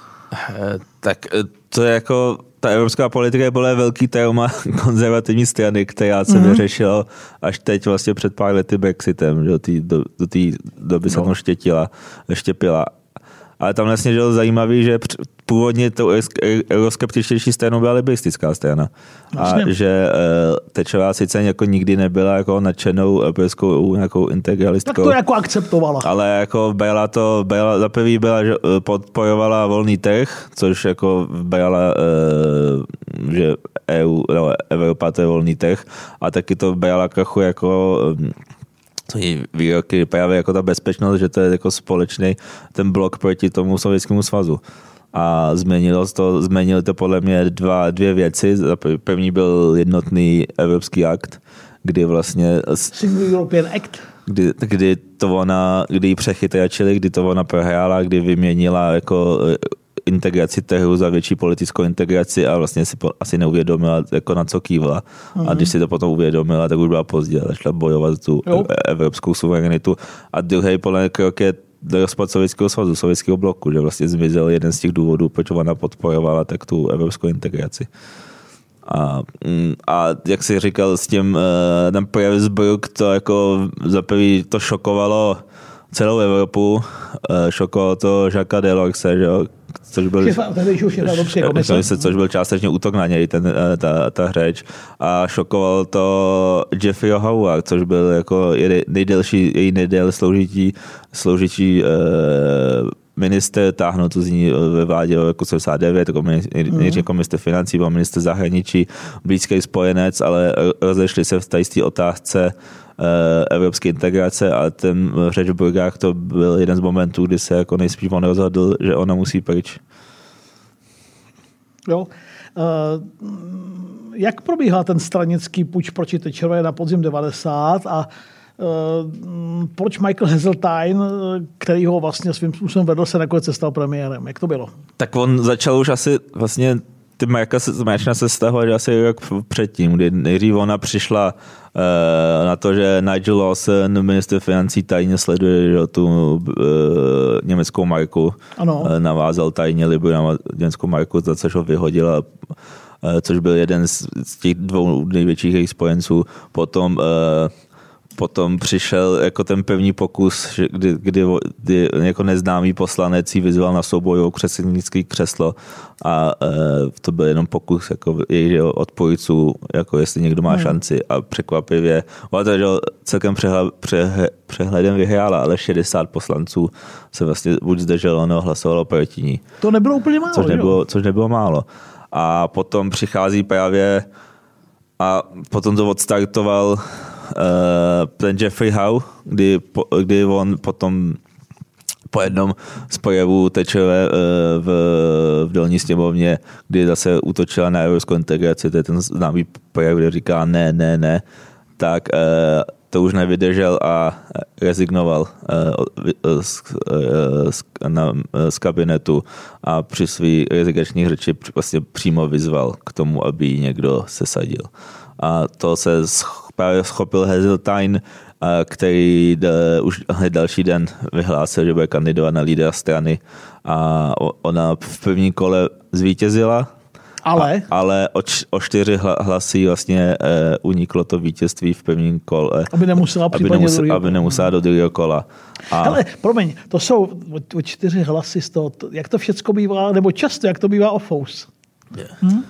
Tak to je jako, ta evropská politika byla velký téma konzervativní strany, která se mm-hmm. vyřešila až teď vlastně před pár lety Brexitem, že do té do, do doby se tam štětila, štěpila. Ale tam vlastně bylo zajímavý, že původně to euroskeptičtější stranou byla libistická strana. Vlastně. A že Thatcherová sice jako nikdy nebyla jako nadšenou evropskou nějakou integralistkou. Tak to jako akceptovala. Ale jako byla to, byla, za prvý byla, že podporovala volný trh, což jako byla, že E U, no, Evropa to je volný trh, a taky to byla trochu jako výroky právě jako ta bezpečnost, že to je jako společný ten blok proti tomu Sovětskému svazu. A změnilo to, změnilo to podle mě dva, dvě věci. První byl jednotný evropský akt, kdy vlastně Single European Act. Kdy, kdy to ona, kdy ji přechytračili, kdy to ona prohrála, kdy vyměnila jako integraci trhu za větší politickou integraci a vlastně si po, asi neuvědomila, jako na co kývla. Mm-hmm. A když si to potom uvědomila, tak už byla pozdě, začala bojovat tu jo. evropskou suverenitu. A druhý podle krok je rozpad Sovětského svazu, Sovětského bloku, že vlastně zmizel jeden z těch důvodů, proč ona podporovala tak tu evropskou integraci. A, a jak jsi říkal, s tím ten Pressburg, to jako za prvý to šokovalo celou Evropu, šokovalo to Jacques Delorse, že jo, což byl, komise, což byl částečně útok na něj, ten, ta, ta řeč. A šokoval to Jeffreyho Howarth, což byl jako nejdelší, její nejdéle sloužití, sloužití eh, minister, táhnout to z ní ve vládě jako sedmdesát devět, jako nejdřív mm. jako minister financí, byl minister zahraničí, blízký spojenec, ale rozešli se v té otázce evropské integrace a ten řeč v Burgách to byl jeden z momentů, kdy se jako nejspíš on rozhodl, že ona musí pryč. Jo. Uh, jak probíhá ten stranický puč proti Thatcherové na podzim devadesát a uh, proč Michael Heseltine, který ho vlastně svým způsobem vedl, se nakonec se stal premiérem? Jak to bylo? Tak on začal už asi vlastně ty Majčna se stahovat asi rok předtím, kdy nejdřív ona přišla uh, na to, že Nigel Lawson, minister financí, tajně sleduje že, tu uh, německou marku. Ano. Uh, navázal tajně libu na německou marku, za což ho vyhodila, uh, což byl jeden z, z těch dvou největších jejich spojenců. Potom uh, Potom přišel jako ten první pokus, kdy, kdy, kdy jako neznámý poslanec ji vyzval na soubojovou předsednické křeslo a e, to byl jenom pokus jako jejich odpojců, jako jestli někdo má hmm. šanci a překvapivě, ona to že celkem přehle, pře, přehledem vyhrála, ale šedesát poslanců se vlastně buď zdrželo, nebo hlasovalo proti ní. To nebylo úplně málo, což nebylo, což nebylo málo. A potom přichází právě a potom to odstartoval Uh, ten Jeffrey Howe, kdy, po, kdy on potom po jednom z projevů Thatcherové uh, v, v dolní sněmovně, kdy zase útočila na evropskou integraci, to je ten známý projev, kde říká ne, ne, ne, tak uh, to už nevydržel a rezignoval uh, z, uh, z, na, z kabinetu a při svý rezignační řeči vlastně přímo vyzval k tomu, aby ji někdo sesadil. A to se právě schopil Heseltine, který d- už další den vyhlásil, že bude kandidovat na lídra strany a ona v prvním kole zvítězila, ale, a, ale o, č- o čtyři hlasy vlastně e, uniklo to vítězství v prvním kole. Aby nemusela aby, nemus- do aby nemusela do druhého kola. A... Hele, promiň, to jsou o, o čtyři hlasy z toho, jak to všecko bývá, nebo často, jak to bývá o fous. Yeah. Hm?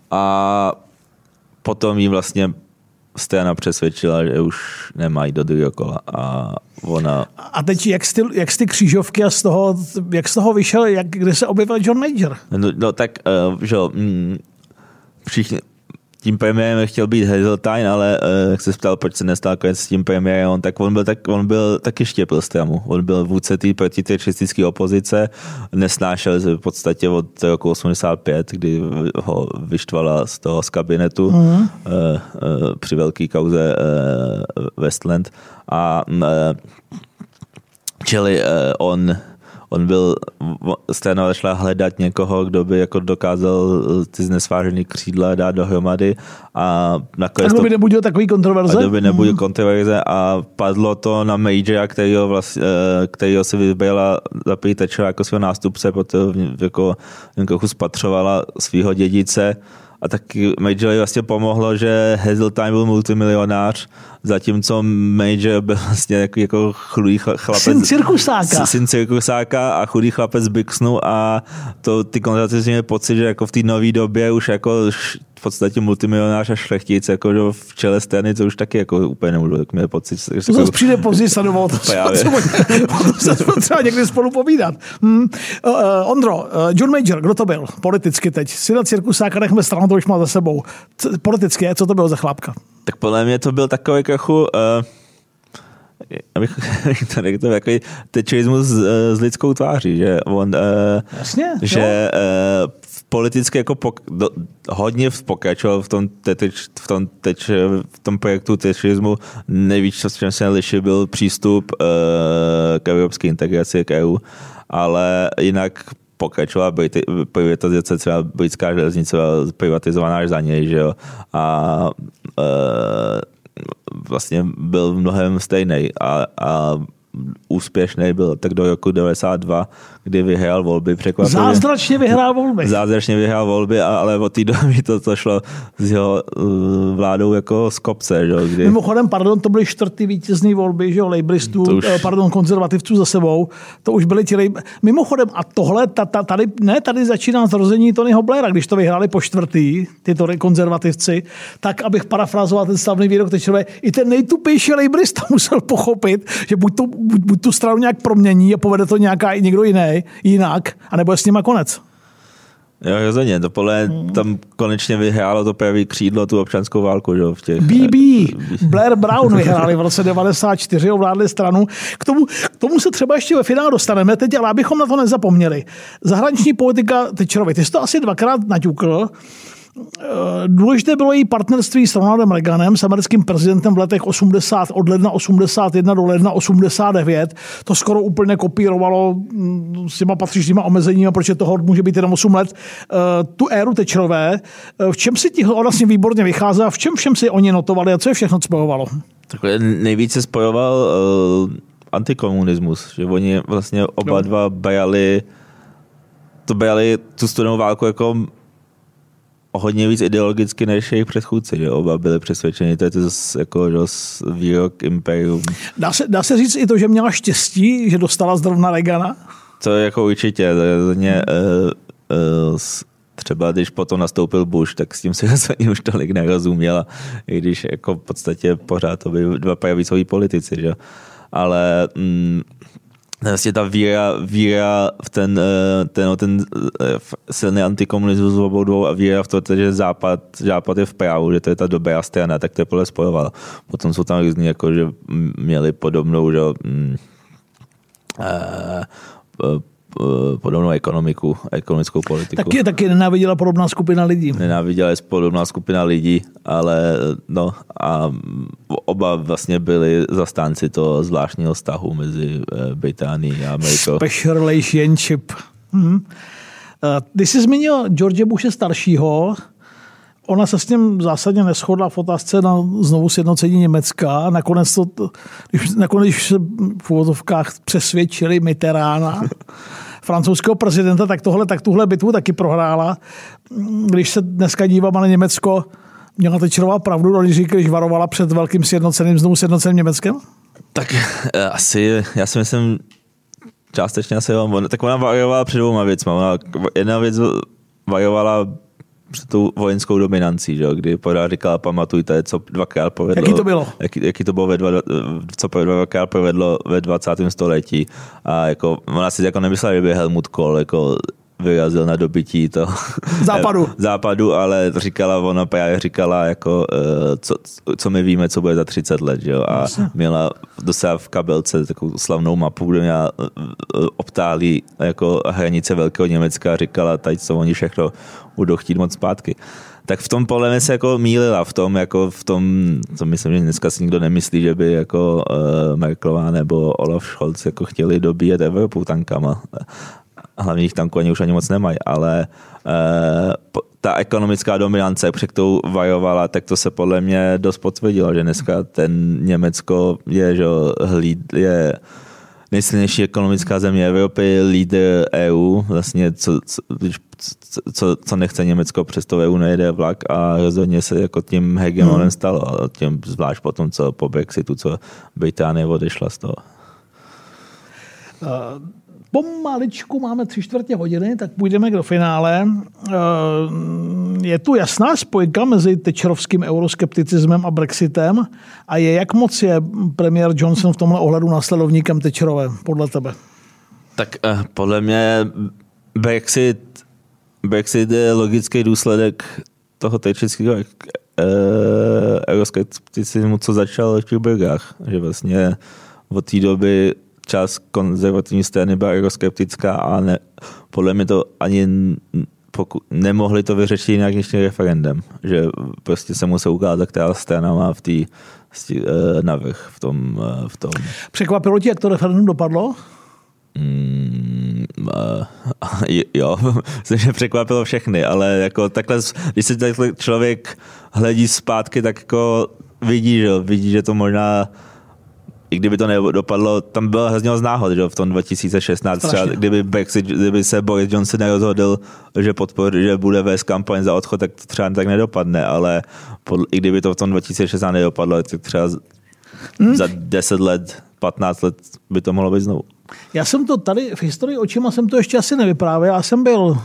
A potom jí vlastně strana přesvědčila, že už nemají do druhého kola a ona... A teď jak z ty, jak z ty křížovky a z toho, jak z toho vyšel, jak, kde se objevil John Major? No, no tak, uh, že mm, všichni, tím premiérem chtěl být Heseltine, ale uh, jak se ptal, proč se nestal konec s tím premiérem, tak on byl, tak, on byl taky štěpil stramu. On byl vůdce té protiteroristické opozice, nesnášel se v podstatě od roku osmdesát pět, kdy ho vyštvala z toho z kabinetu mm. uh, uh, při velké kauze uh, Westland. A uh, čili uh, on On byl, strana šla hledat někoho, kdo by jako dokázal ty znesvážený křídla dát dohromady a nakonec to by nebudil takový kontroverze? A by nebudil mm. kontroverze a padlo to na Majora, kterýho, vlastně, kterýho si vybrala za Thatcherová jako svého nástupce, protože jako, jako spatřovala svého dědice a taky Majory vlastně pomohlo, že Hazeltine byl multimilionář, zatímco Major byl vlastně jako, jako chudý chlapec. Syn cirkusáka. Syn cirkusáka a chudý chlapec z Bixnu a to ty konzervativci měli pocit, že jako v té nové době už jako v podstatě multimilionář a šlechtic jako v čele strany, to už taky jako úplně nemůžu, tak měl pocit. Že to zase přijde později sledovat, to se třeba někdy spolu povídat. Hmm. Uh, Ondro, uh, John Major, kdo to byl? Politicky teď. Syna cirkusáka nechme stranu, to už má za sebou. C- politicky, co to bylo za chlápka? Tak podle mě to byl takový trochu, uh, abych to řekl, to takový tečerismus s, s lidskou tváří, že on, uh, Jasně, že uh, politicky jako pok, do, hodně pokračoval v tom, teč, v, tom teč, v tom projektu tečerismu. Nejvíc, co s čem se liší, byl přístup uh, k evropské integraci, k E U, ale jinak pokračovala privatizace, třeba britská železnice byla privatizovaná až za něj, že jo, a uh, vlastně byl mnohem stejný a, a úspěšný byl tak do roku devadesát dva, kdy vyhrál volby. Překvapivě. Zázračně vyhrál volby. Zázračně vyhrál volby, ale od té doby to, to šlo s jeho vládou jako z kopce. Že? Kdy... Mimochodem, pardon, to byly čtvrtý vítězný volby, že jo, lejbristů, už... pardon, konzervativců za sebou. To už byly ti lejb... Mimochodem, a tohle, ta, ta, tady, ne, tady začíná zrození Tonyho Blaira, když to vyhráli po čtvrtý, tyto konzervativci, tak, abych parafrázoval ten slavný výrok Thatcherové, i ten nejtupější lejbrista musel pochopit, že buď, to, buď, buď tu stranu nějak promění a povede to nějaká i někdo jiný, jinak, anebo je s nima konec. Jo, rozhodně, to podle hmm. tam konečně vyhrálo to pravý křídlo, tu občanskou válku, že v těch... B B, Blair Brown vyhráli v roce devadesát čtyři, ovládli stranu. K tomu, k tomu se třeba ještě ve finále dostaneme teď, ale abychom na to nezapomněli. Zahraniční politika Thatcherovi, ty jsi to asi dvakrát naťukl. Důležité bylo její partnerství s Ronaldem Reaganem, s americkým prezidentem v letech osmdesát, od ledna osmdesát jedna do ledna osmdesát devět. To skoro úplně kopírovalo s těma patřičnýma omezeními, protože toho může být jenom osm let, tu éru Thatcherové. V čem si tihle vlastně výborně vycházela, v čem všem si oni notovali a co je všechno spojovalo? Takhle nejvíce spojoval uh, antikomunismus, že oni vlastně oba no. dva bajali, to bajali tu studenou válku jako hodně víc ideologicky než jejich předchůdci, že oba byli přesvědčeni, to je to zase jako výrok imperium. Dá se, dá se říct i to, že měla štěstí, že dostala zrovna Reagana? To je jako určitě, to je hodně, uh, uh, třeba když potom nastoupil Bush, tak s tím se rozhodně už tolik nerozuměla, i když jako v podstatě pořád to byli dva pravicoví politici, že? Ale mm, vlastně ta víra, víra v ten, ten, ten silný antikomunismus v obou dvou a víra v to, že západ, západ je v právu, že to je ta dobrá strana, tak to je podle spojovalo. Potom jsou tam různý, jako, že měli podobnou, že, mm, uh, uh, podobnou ekonomiku, ekonomickou politiku. Taky, taky nenáviděla podobná skupina lidí. Nenáviděla je podobná skupina lidí, ale no a oba vlastně byli zastánci toho zvláštního vztahu mezi Británií a Amerikou. Special relationship. Hmm. Když jsi zmínil George Bushe staršího, ona se s ním zásadně neshodla v otázce na znovu sjednocení Německa. Nakonec, to, když, nakonec se v úvodovkách přesvědčili Mitterranda, francouzského prezidenta, tak tohle, tak tuhle bitvu taky prohrála. Když se dneska dívám na Německo, měla Thatcherová pravdu, když říkala, když varovala před velkým sjednoceným, znovu sjednoceným Německem? Tak asi, já si myslím, částečně asi, tak ona varovala před dvouma věcma. Ona, jedna věc varovala před tou vojenskou dominancí, že? Kdy pořád říkala, pamatujte, co dvakrát povedlo. Jaký to bylo? Jaký, jaký to bylo, ve dva, co dvakrát povedlo ve dvacátém století. A jako, ona si jako nemyslela, že by Helmut Kohl jako vyrazil na dobytí toho západu. západu, ale říkala, ona právě říkala, jako, co, co my víme, co bude za třicet let. Že? A Jasně. měla dosáhla v kabelce takovou slavnou mapu, kde měla obtálí jako hranice Velkého Německa a říkala, tady co oni všechno budou chtít moc zpátky. Tak v tom podle se jako mýlila, v tom, jako v tom, co myslím, že dneska si nikdo nemyslí, že by jako uh, Merkelová nebo Olaf Scholz jako chtěli dobíjet Evropu tankama. Hlavně jich tanků ani už ani moc nemají, ale uh, ta ekonomická dominance, před kterou vajovala, tak to se podle mě dost potvrdilo, že dneska ten Německo je, že hlíd, je nejsilnější ekonomická země Evropy, lídr E U, vlastně co, co, co, co nechce Německo, přesto E U nejede vlak a rozhodně se jako tím hegemonem hmm. stalo, a tím zvlášť potom, co po Brexitu, co Británie odešla z toho. Uh, pomaličku máme tři čtvrtě hodiny, tak půjdeme do finále. Uh, je tu jasná spojka mezi tečerovským euroskepticismem a Brexitem a je, jak moc je premiér Johnson v tomhle ohledu následovníkem Thatcherové, podle tebe? Tak uh, podle mě Brexit, Brexit je logický důsledek toho tečerského uh, euroskepticismu, co začal v těch Bergách. Že vlastně od té doby část konzervativní strany byla euroskeptická a ne, podle mě to ani poku, nemohli to vyřešit jinak než tím referendem. Že prostě se musel ukázat, která strana má v té uh, navrch v tom, uh, v tom. Překvapilo tě, jak to referendum dopadlo? Mm, uh, jo, myslím, že překvapilo všechny, ale jako takhle, když se takhle člověk hledí zpátky, tak jako vidí, že, vidí, že to možná i kdyby to nedopadlo, tam bylo hrozně z náhod, že v tom dva tisíce šestnáct, třeba, kdyby, Brexit, kdyby se Boris Johnson nerozhodl, že, podpor, že bude vést kampaň za odchod, tak to třeba tak nedopadne, ale pod, i kdyby to v tom dva tisíce šestnáct nedopadlo, tak třeba hmm. za deset let, patnáct let by to mohlo být znovu. Já jsem to tady v historii očima jsem to ještě asi nevyprávěl. Já jsem byl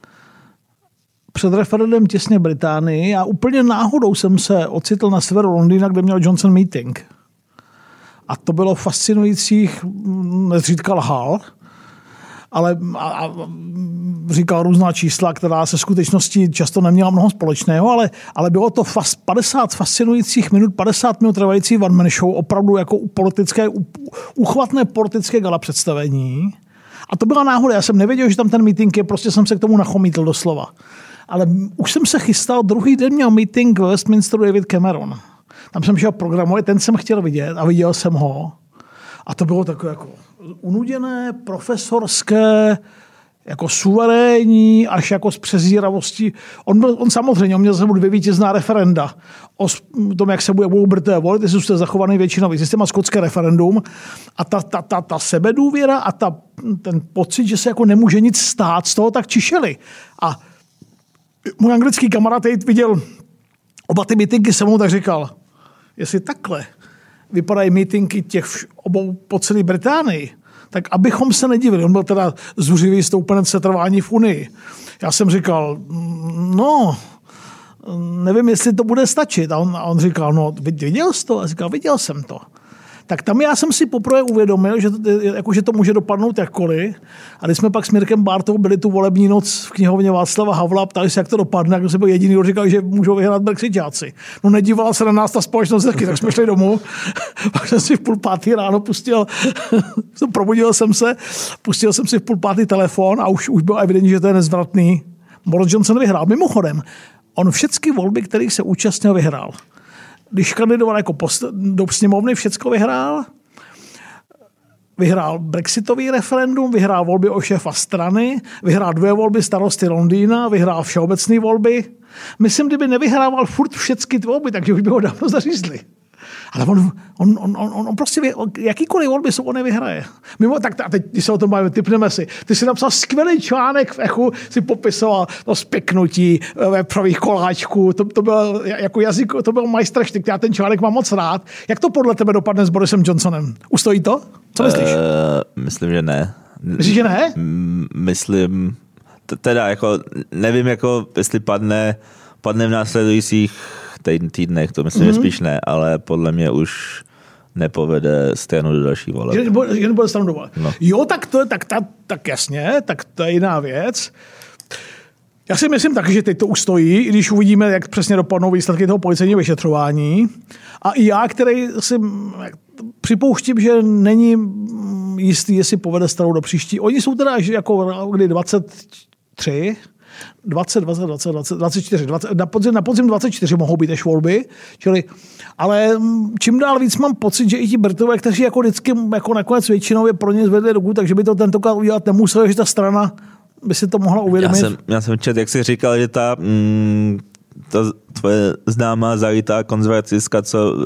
před referendem těsně Británii a úplně náhodou jsem se ocitl na severu Londýna, kde měl Johnson meeting. A to bylo fascinujících, nezřídka lhal, ale a, a říkal různá čísla, která se skutečností často neměla mnoho společného, ale, ale bylo to fas, padesát fascinujících minut, padesát minut trvající one-man show, opravdu jako politické, uchvatné politické gala představení. A to byla náhoda, já jsem nevěděl, že tam ten meeting je, prostě jsem se k tomu nachomítl doslova. Ale už jsem se chystal, druhý den měl meeting v Westminsteru David Cameron. Tam jsem šel programovat, ten jsem chtěl vidět a viděl jsem ho. A to bylo takové jako unuděné, profesorské, jako suverénní, až jako s přezíravostí. On, byl, on samozřejmě on měl za sebou dvě vítězná referenda o tom, jak se budou Britové volit, jestli jste zachovaný většinový systém a skotské referendum. A ta, ta, ta, ta sebedůvěra a ta, ten pocit, že se jako nemůže nic stát, z toho tak čišeli. A můj anglický kamarád viděl oba ty meetingy se mnou, tak říkal, jestli takhle vypadají meetingy těch obou po celé Británii, tak abychom se nedivili. On byl teda zuřivý stoupenec setrvání v Unii. Já jsem říkal, no, nevím, jestli to bude stačit. A on, a on říkal, no, viděl jsi to? A říkal, viděl jsem to. Tak tam já jsem si poprvé uvědomil, že to, jako, že to může dopadnout jakkoliv. A když jsme pak s Mirkem Bártou byli tu volební noc v knihovně Václava Havla, ptali se, jak to dopadne, a kdo se byl jediný, kdo říkal, že můžou vyhrát Brexitáci. No nedívala se na nás ta společnost taky, tak jsme šli domů. Pak jsem si v půl pátý ráno pustil, probudil jsem se, pustil jsem si v půl pátý telefon a už, už bylo evidentní, že to je nezvratný. Boris Johnson vyhrál. Mimochodem, on všechny volby, kterých se účastnil, vyhrál. Když kandidoval jako post, do sněmovny, všecko vyhrál. Vyhrál brexitový referendum, vyhrál volby o šéfa strany, vyhrál dvě volby starosty Londýna, vyhrál všeobecné volby. Myslím, kdyby nevyhrával furt všechny ty volby, takže už by ho dávno zařízli. Ale on, on, on, on, on prostě, jakýkoliv volby jsou, on nevyhraje. Mimo, tak a teď, když se o tom bavíme, typneme si. Ty jsi napsal skvělý článek v Echu, si popisoval to spiknutí vepřových koláčků, to, to byl jako jazyk, to byl majstrštyk, já ten článek mám moc rád. Jak to podle tebe dopadne s Borisem Johnsonem? Ustojí to? Co myslíš? Uh, myslím, že ne. Myslíš, že ne? Myslím, teda jako, nevím, jako, jestli padne, padne v následujících týdnech, to myslím, mm-hmm. že spíš ne, ale podle mě už nepovede stranu do další voleb. Že nebude, že nebude stranu do voleb. No. Jo, tak to tak, tak, tak jasně, tak to je jiná věc. Já si myslím taky, že teď to už stojí, i když uvidíme, jak přesně dopadnou výsledky toho policejního vyšetřování. A i já, který si připouštím, že není jistý, jestli povede stranu do příští. Oni jsou teda až jako kdy dvacet tři, dvacet, dvacet, dvacet, dvacet, dvacet čtyři, dvacet, na, podzim, na podzim dvacet čtyři mohou být až volby, čili, ale čím dál víc mám pocit, že i ti Britové, kteří jako vždycky jako nakonec většinou je pro ně zvedli ruku, takže by to tentokrát udělat nemuselo, že ta strana by si to mohla uvědomit. Já jsem, já jsem čet, jak jsi říkal, že ta, mm, ta tvoje známá zalitá konzervatistka, co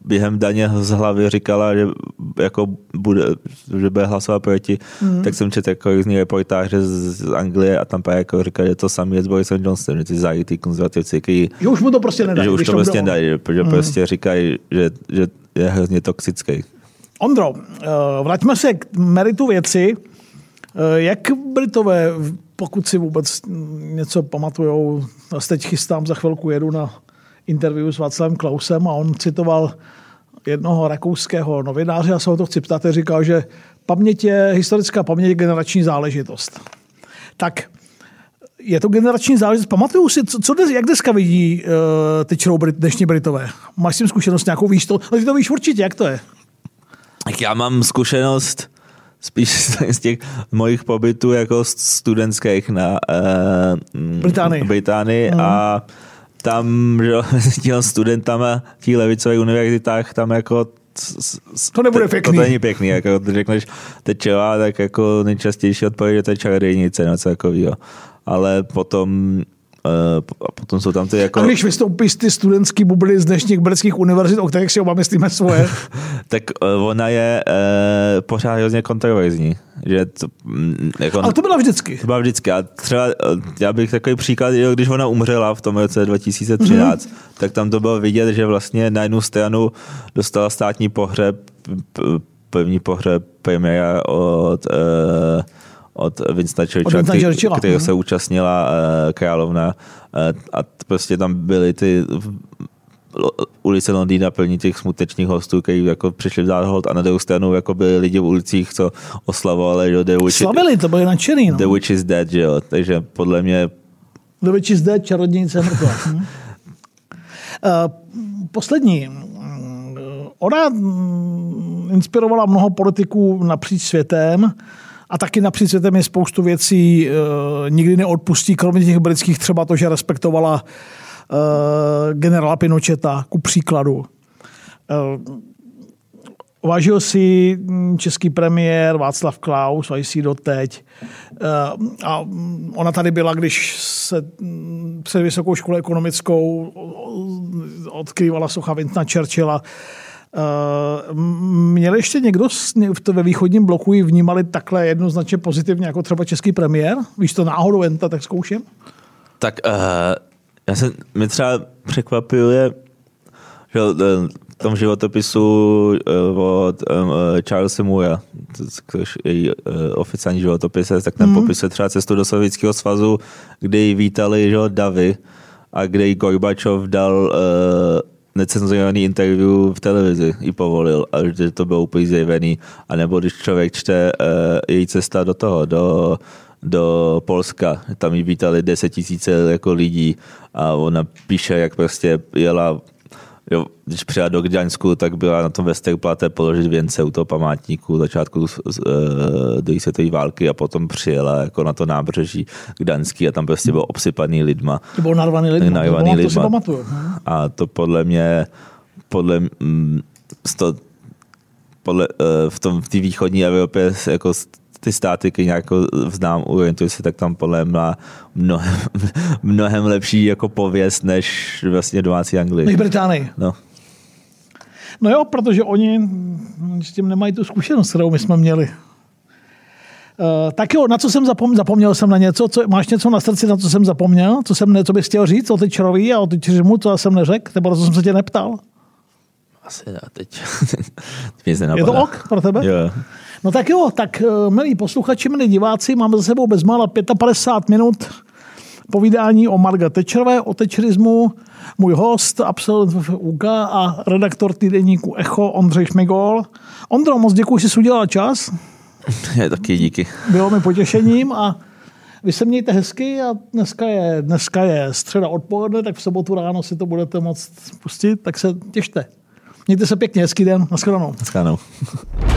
během daně z hlavy říkala, že jako bude, že bude hlasovat proti, mm. tak jsem četl jako různý reportáže z, z Anglie a tam právě jako říkal, že to samý je s Borisem Johnsonem, že ty zajíti konzervativci, který, že už mu to prostě nedají. Že už to prostě nedají, protože mm. prostě říkají, že, že je hrozně toxický. Ondro, vraťme se k meritu věci. Jak Britové, pokud si vůbec něco pamatujou, teď chystám, za chvilku jedu na interview s Václavem Klausem a on citoval jednoho rakouského novináře, já se ho to chci ptát, říkal, že paměť je, historická paměť je generační záležitost. Tak je to generační záležitost. Pamatuju si, co, co dnes, jak dneska vidí uh, ty čerou Brit, dnešní Britové? Máš s tím zkušenost nějakou, víš to? Ale ty to víš určitě, jak to je? Tak já mám zkušenost spíš z těch mojich pobytů jako studentských na uh, Británii, Británii mm. a tam, že mezi těmi studentama těch levicových univerzitách tam jako to nebude pěkný. To není pěkný, jako ty řekneš tečová, tak jako nejčastější odpověď je to je čarodějnice, něco takového. Ale potom a potom jsou tam ty jako... A když vystoupíš ty studentský bubliny z dnešních britských univerzit, o kterých si oba myslíme svoje? Tak ona je e, pořád hrozně kontroverzní. Že to, jako, ale to byla vždycky. To byla vždycky. A třeba, já bych takový příklad, když ona umřela v tom roce dva tisíce třináct, mm-hmm. tak tam to bylo vidět, že vlastně na jednu stranu dostala státní pohřeb, první pohřeb premiéra od... E, od Winstona Churchilla, který, který se účastnila uh, královna uh, a prostě tam byly ty ulice Londýna plní těch smutečných hostů, kteří jako přišli vzdát hold a na druhou stranu jako byli lidi v ulicích, co oslavovali, že The Witch, slavili, to byli nadšený. No. The Witch is dead, že jo, takže podle mě The Witch is dead, čarodějnice mrtvá. hm. uh, poslední. Ona inspirovala mnoho politiků napříč světem. A taky napříč světem je spoustu věcí, e, nikdy neodpustí, kromě těch britských, třeba to, že respektovala e, generála Pinocheta, ku příkladu. E, vážil si český premiér Václav Klaus, váží si doteď. E, a ona tady byla, když se před Vysokou školou ekonomickou odkrývala socha Winstona Churchilla. Uh, měl ještě někdo ve východním bloku ji vnímali takhle jednoznačně pozitivně, jako třeba český premiér? Víš to náhodou jen tak zkouším? Tak uh, já se, mě třeba překvapuje, že v tom životopisu uh, od um, Charlesa Moora, což je její uh, oficiální životopis, tak ten mm. popisuje třeba cestu do Sovětského svazu, kde ji vítali, že, davy a kde jí Gorbačov dal uh, necenzurovaný interview v televizi i povolil, a že to bylo úplně zjevený. A nebo když člověk čte uh, její cesta do toho, do, do Polska, tam jí vítali deset tisíc jako lidí a ona píše, jak prostě jela, jo, když přijela do Gdaňsku, tak byla na tom Westerplatte položit věnce u toho památníku začátku uh, druhé světové války a potom přijela jako na to nábřeží Gdaňský a tam prostě bylo obsypaný lidma. To bylo narvaný lidma. Narvaný to, lidma. To si pamatuju. A to podle mě podle, mm, sto, podle uh, v tom v té východní Evropě jako ty státy, které nějak znám, orientuji se, tak tam podle mě má mnohem, mnohem lepší jako pověst než vlastně domácí Anglii. Než Británii. No. No jo, protože oni s tím nemají tu zkušenost, kterou my jsme měli. Uh, tak jo, na co jsem zapomněl? Zapomněl jsem na něco. Co, máš něco na srdci, na co jsem zapomněl? Co, jsem, co bych chtěl říct o ty čaroví a o ty čeřimu, co jsem neřekl? Nebo to jsem se tě neptal? Asi ne, teď. Mě se je to ok pro tebe? Jo. No tak jo, tak milí posluchači, milí diváci, máme za sebou bezmála padesát pět minut povídání o Margaret Thatcherové, o thatcherismu. Můj host, absolvent U K a redaktor týdeníku Echo Ondřej Šmigol. Ondro, moc děkuji, že jsi udělal čas. Je taky díky. Bylo mi potěšením a vy se mějte hezky a dneska je, dneska je středa odpoledne, tak v sobotu ráno si to budete moct pustit, tak se těšte. Mějte se pěkně, hezký den, nashledanou. Nashledanou.